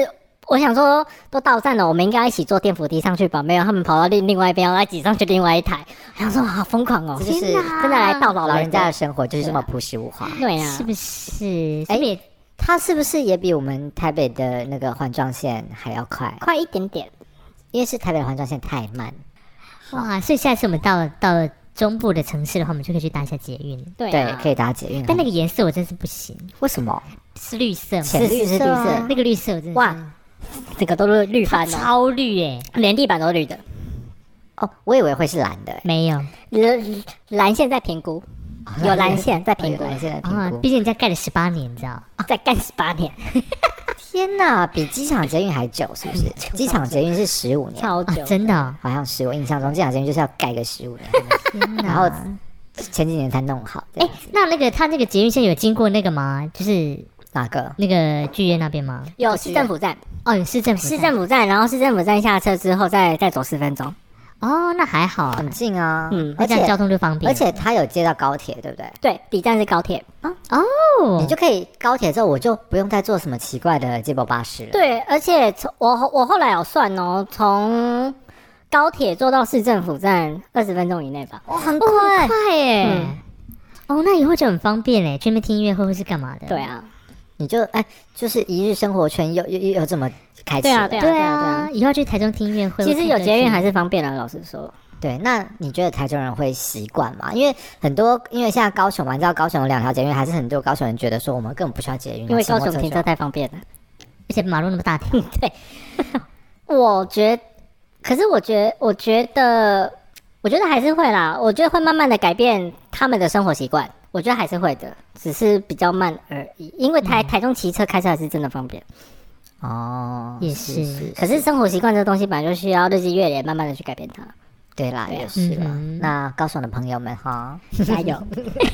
我想说都到站了，我们应该一起坐电扶梯上去吧？没有，他们跑到另另外一边，然后挤上去另外一台。我想说好疯狂哦， 这就是真的来到老老人家的生活就是这么朴实无华。 对啊， 是不是？哎、欸， 它是不是也比我们台北的那个环状线还要快？ 快一点点， 因为是台北的环状线太慢。 哇，所以下次我们到了到了中部的城市的话，我们就可以去搭一下捷运。 对、啊， 对，可以搭捷运。 但那个颜色我真是不行。 为什么？ 是绿色， 浅绿是绿色， 那个绿色我真的哇，这个都是绿翻了， 超绿耶、 欸，连地板都是绿的。 哦，我以为会是蓝的、欸， 没有， 蓝线在评估，有蓝线在评估， 蓝线在评估。 毕竟人家盖了十八年，你知道？ 再盖十八年， 天哪，比机场捷运还久，是不是？机场捷运是十五年， 超久， 啊、真的、哦， 好像是我印象中机场捷运就是要盖个十五年， 天哪， 然后前几年才弄好。哎、欸， 那那个他那个捷运线有经过那个吗？就是哪个？ 那个剧院那边吗？ 有市政府站。 哦，有市政府市政府站，然后市政府站下车之后再再走十分钟。 哦，那还好， 很近啊。 嗯，而且交通就方便， 而且它有接到高铁，对不对？ 对，底站是高铁啊。哦， 你就可以高铁之后，我就不用再坐什么奇怪的接驳巴士了。 对，而且从我我后来有算哦，从高铁坐到市政府站二十分钟以内吧。 哇、哦，很快，哦、很快耶。嗯、哦，那以后就很方便嘞，去那边听音乐会或是干嘛的？ 对啊。 你就哎，就是一日生活圈又又又这么开启。 对啊，对啊，对啊， 以后去台中听音乐会， 其实有捷运还是方便的。老实说， 对。那你觉得台中人会习惯吗？因为很多，因为现在高雄嘛，你知道高雄有两条捷运，还是很多高雄人觉得说我们根本不需要捷运， 因为高雄停车太方便了， 而且马路那么大条。 对，我觉得，可是我觉得，我觉得，我觉得还是会啦。我觉得会慢慢的改变他们的生活习惯。我觉得还是会的，只是比较慢而已。因为台、嗯、台中骑车开车还是真的方便。 哦， 也是。是是可是生活习惯这个东西本来就需要日积月累，慢慢的去改变它。 对啦，对也是啦。嗯、那高雄的朋友们哈， 加油！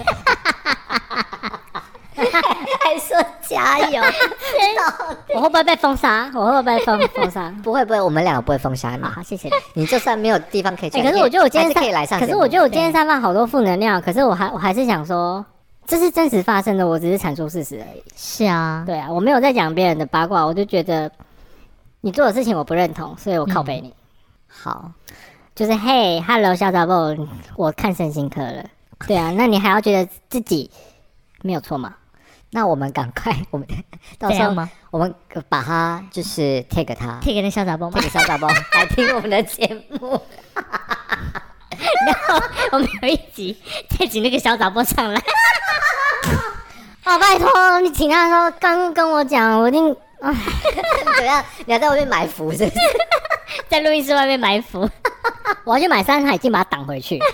还说加油？ 我会不会被封杀？我会不会被封封杀？ 不会不会，我们两个不会封杀你。 好，谢谢你。 你就算没有地方可以去、 欸，可是我觉得我今天可以来上， 可是我觉得我今天散发好多负能量。可是我还我还是想说，这是真实发生的，我只是阐述事实而已。 是啊， 对啊，我没有在讲别人的八卦，我就觉得你做的事情我不认同，所以我靠北你。嗯、 好， 就是嘿 ，Hello 小杂宝，我看身心科了。对啊，那你还要觉得自己没有错吗？ 那我们赶快，我们到时候我们把他就是 take 他 take 那小杂包吗 ？take 小杂包来听我们的节目， 然后我们有一集再请那个小杂包上来。 哦，拜托你请他的时候刚跟我讲，我一定啊， 怎样？你要在外面埋伏是不是？ 在录音室外面埋伏， 我要去买山海经把它挡回去。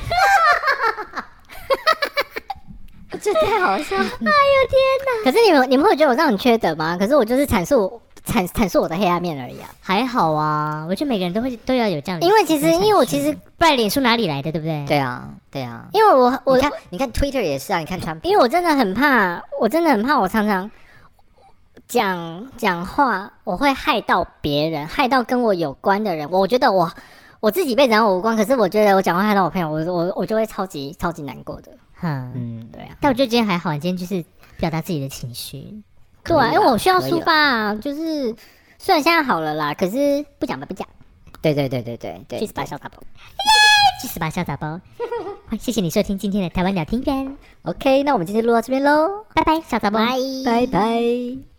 这太好笑了！哎呦天哪！可是你们你们会觉得我这样很缺德吗？可是我就是阐述阐阐述我的黑暗面而已啊。 还好啊，我觉得每个人都会都要有这样的。 因为其实因为我其实不然脸书哪里来的，对不对？ 对啊，对啊。 因为我我你看你看 Twitter 也是啊，你看川普。 因为我真的很怕，我真的很怕，我常常讲讲话，我会害到别人，害到跟我有关的人。我觉得我我自己被讲我无关，可是我觉得我讲话害到我朋友，我我我就会超级超级难过的。 嗯嗯， 对啊， 但我觉得今天还好，你今天就是表达自己的情绪， 对啊，因为我需要抒发啊，就是虽然现在好了啦，可是不讲吧，不讲。 对对对对对对， 去死吧小杂包， 耶，去死吧小杂包。好，谢谢你收听今天的台湾聊天园。 OK， 那我们今天录到这边喽， 拜拜，小杂包， 拜拜拜。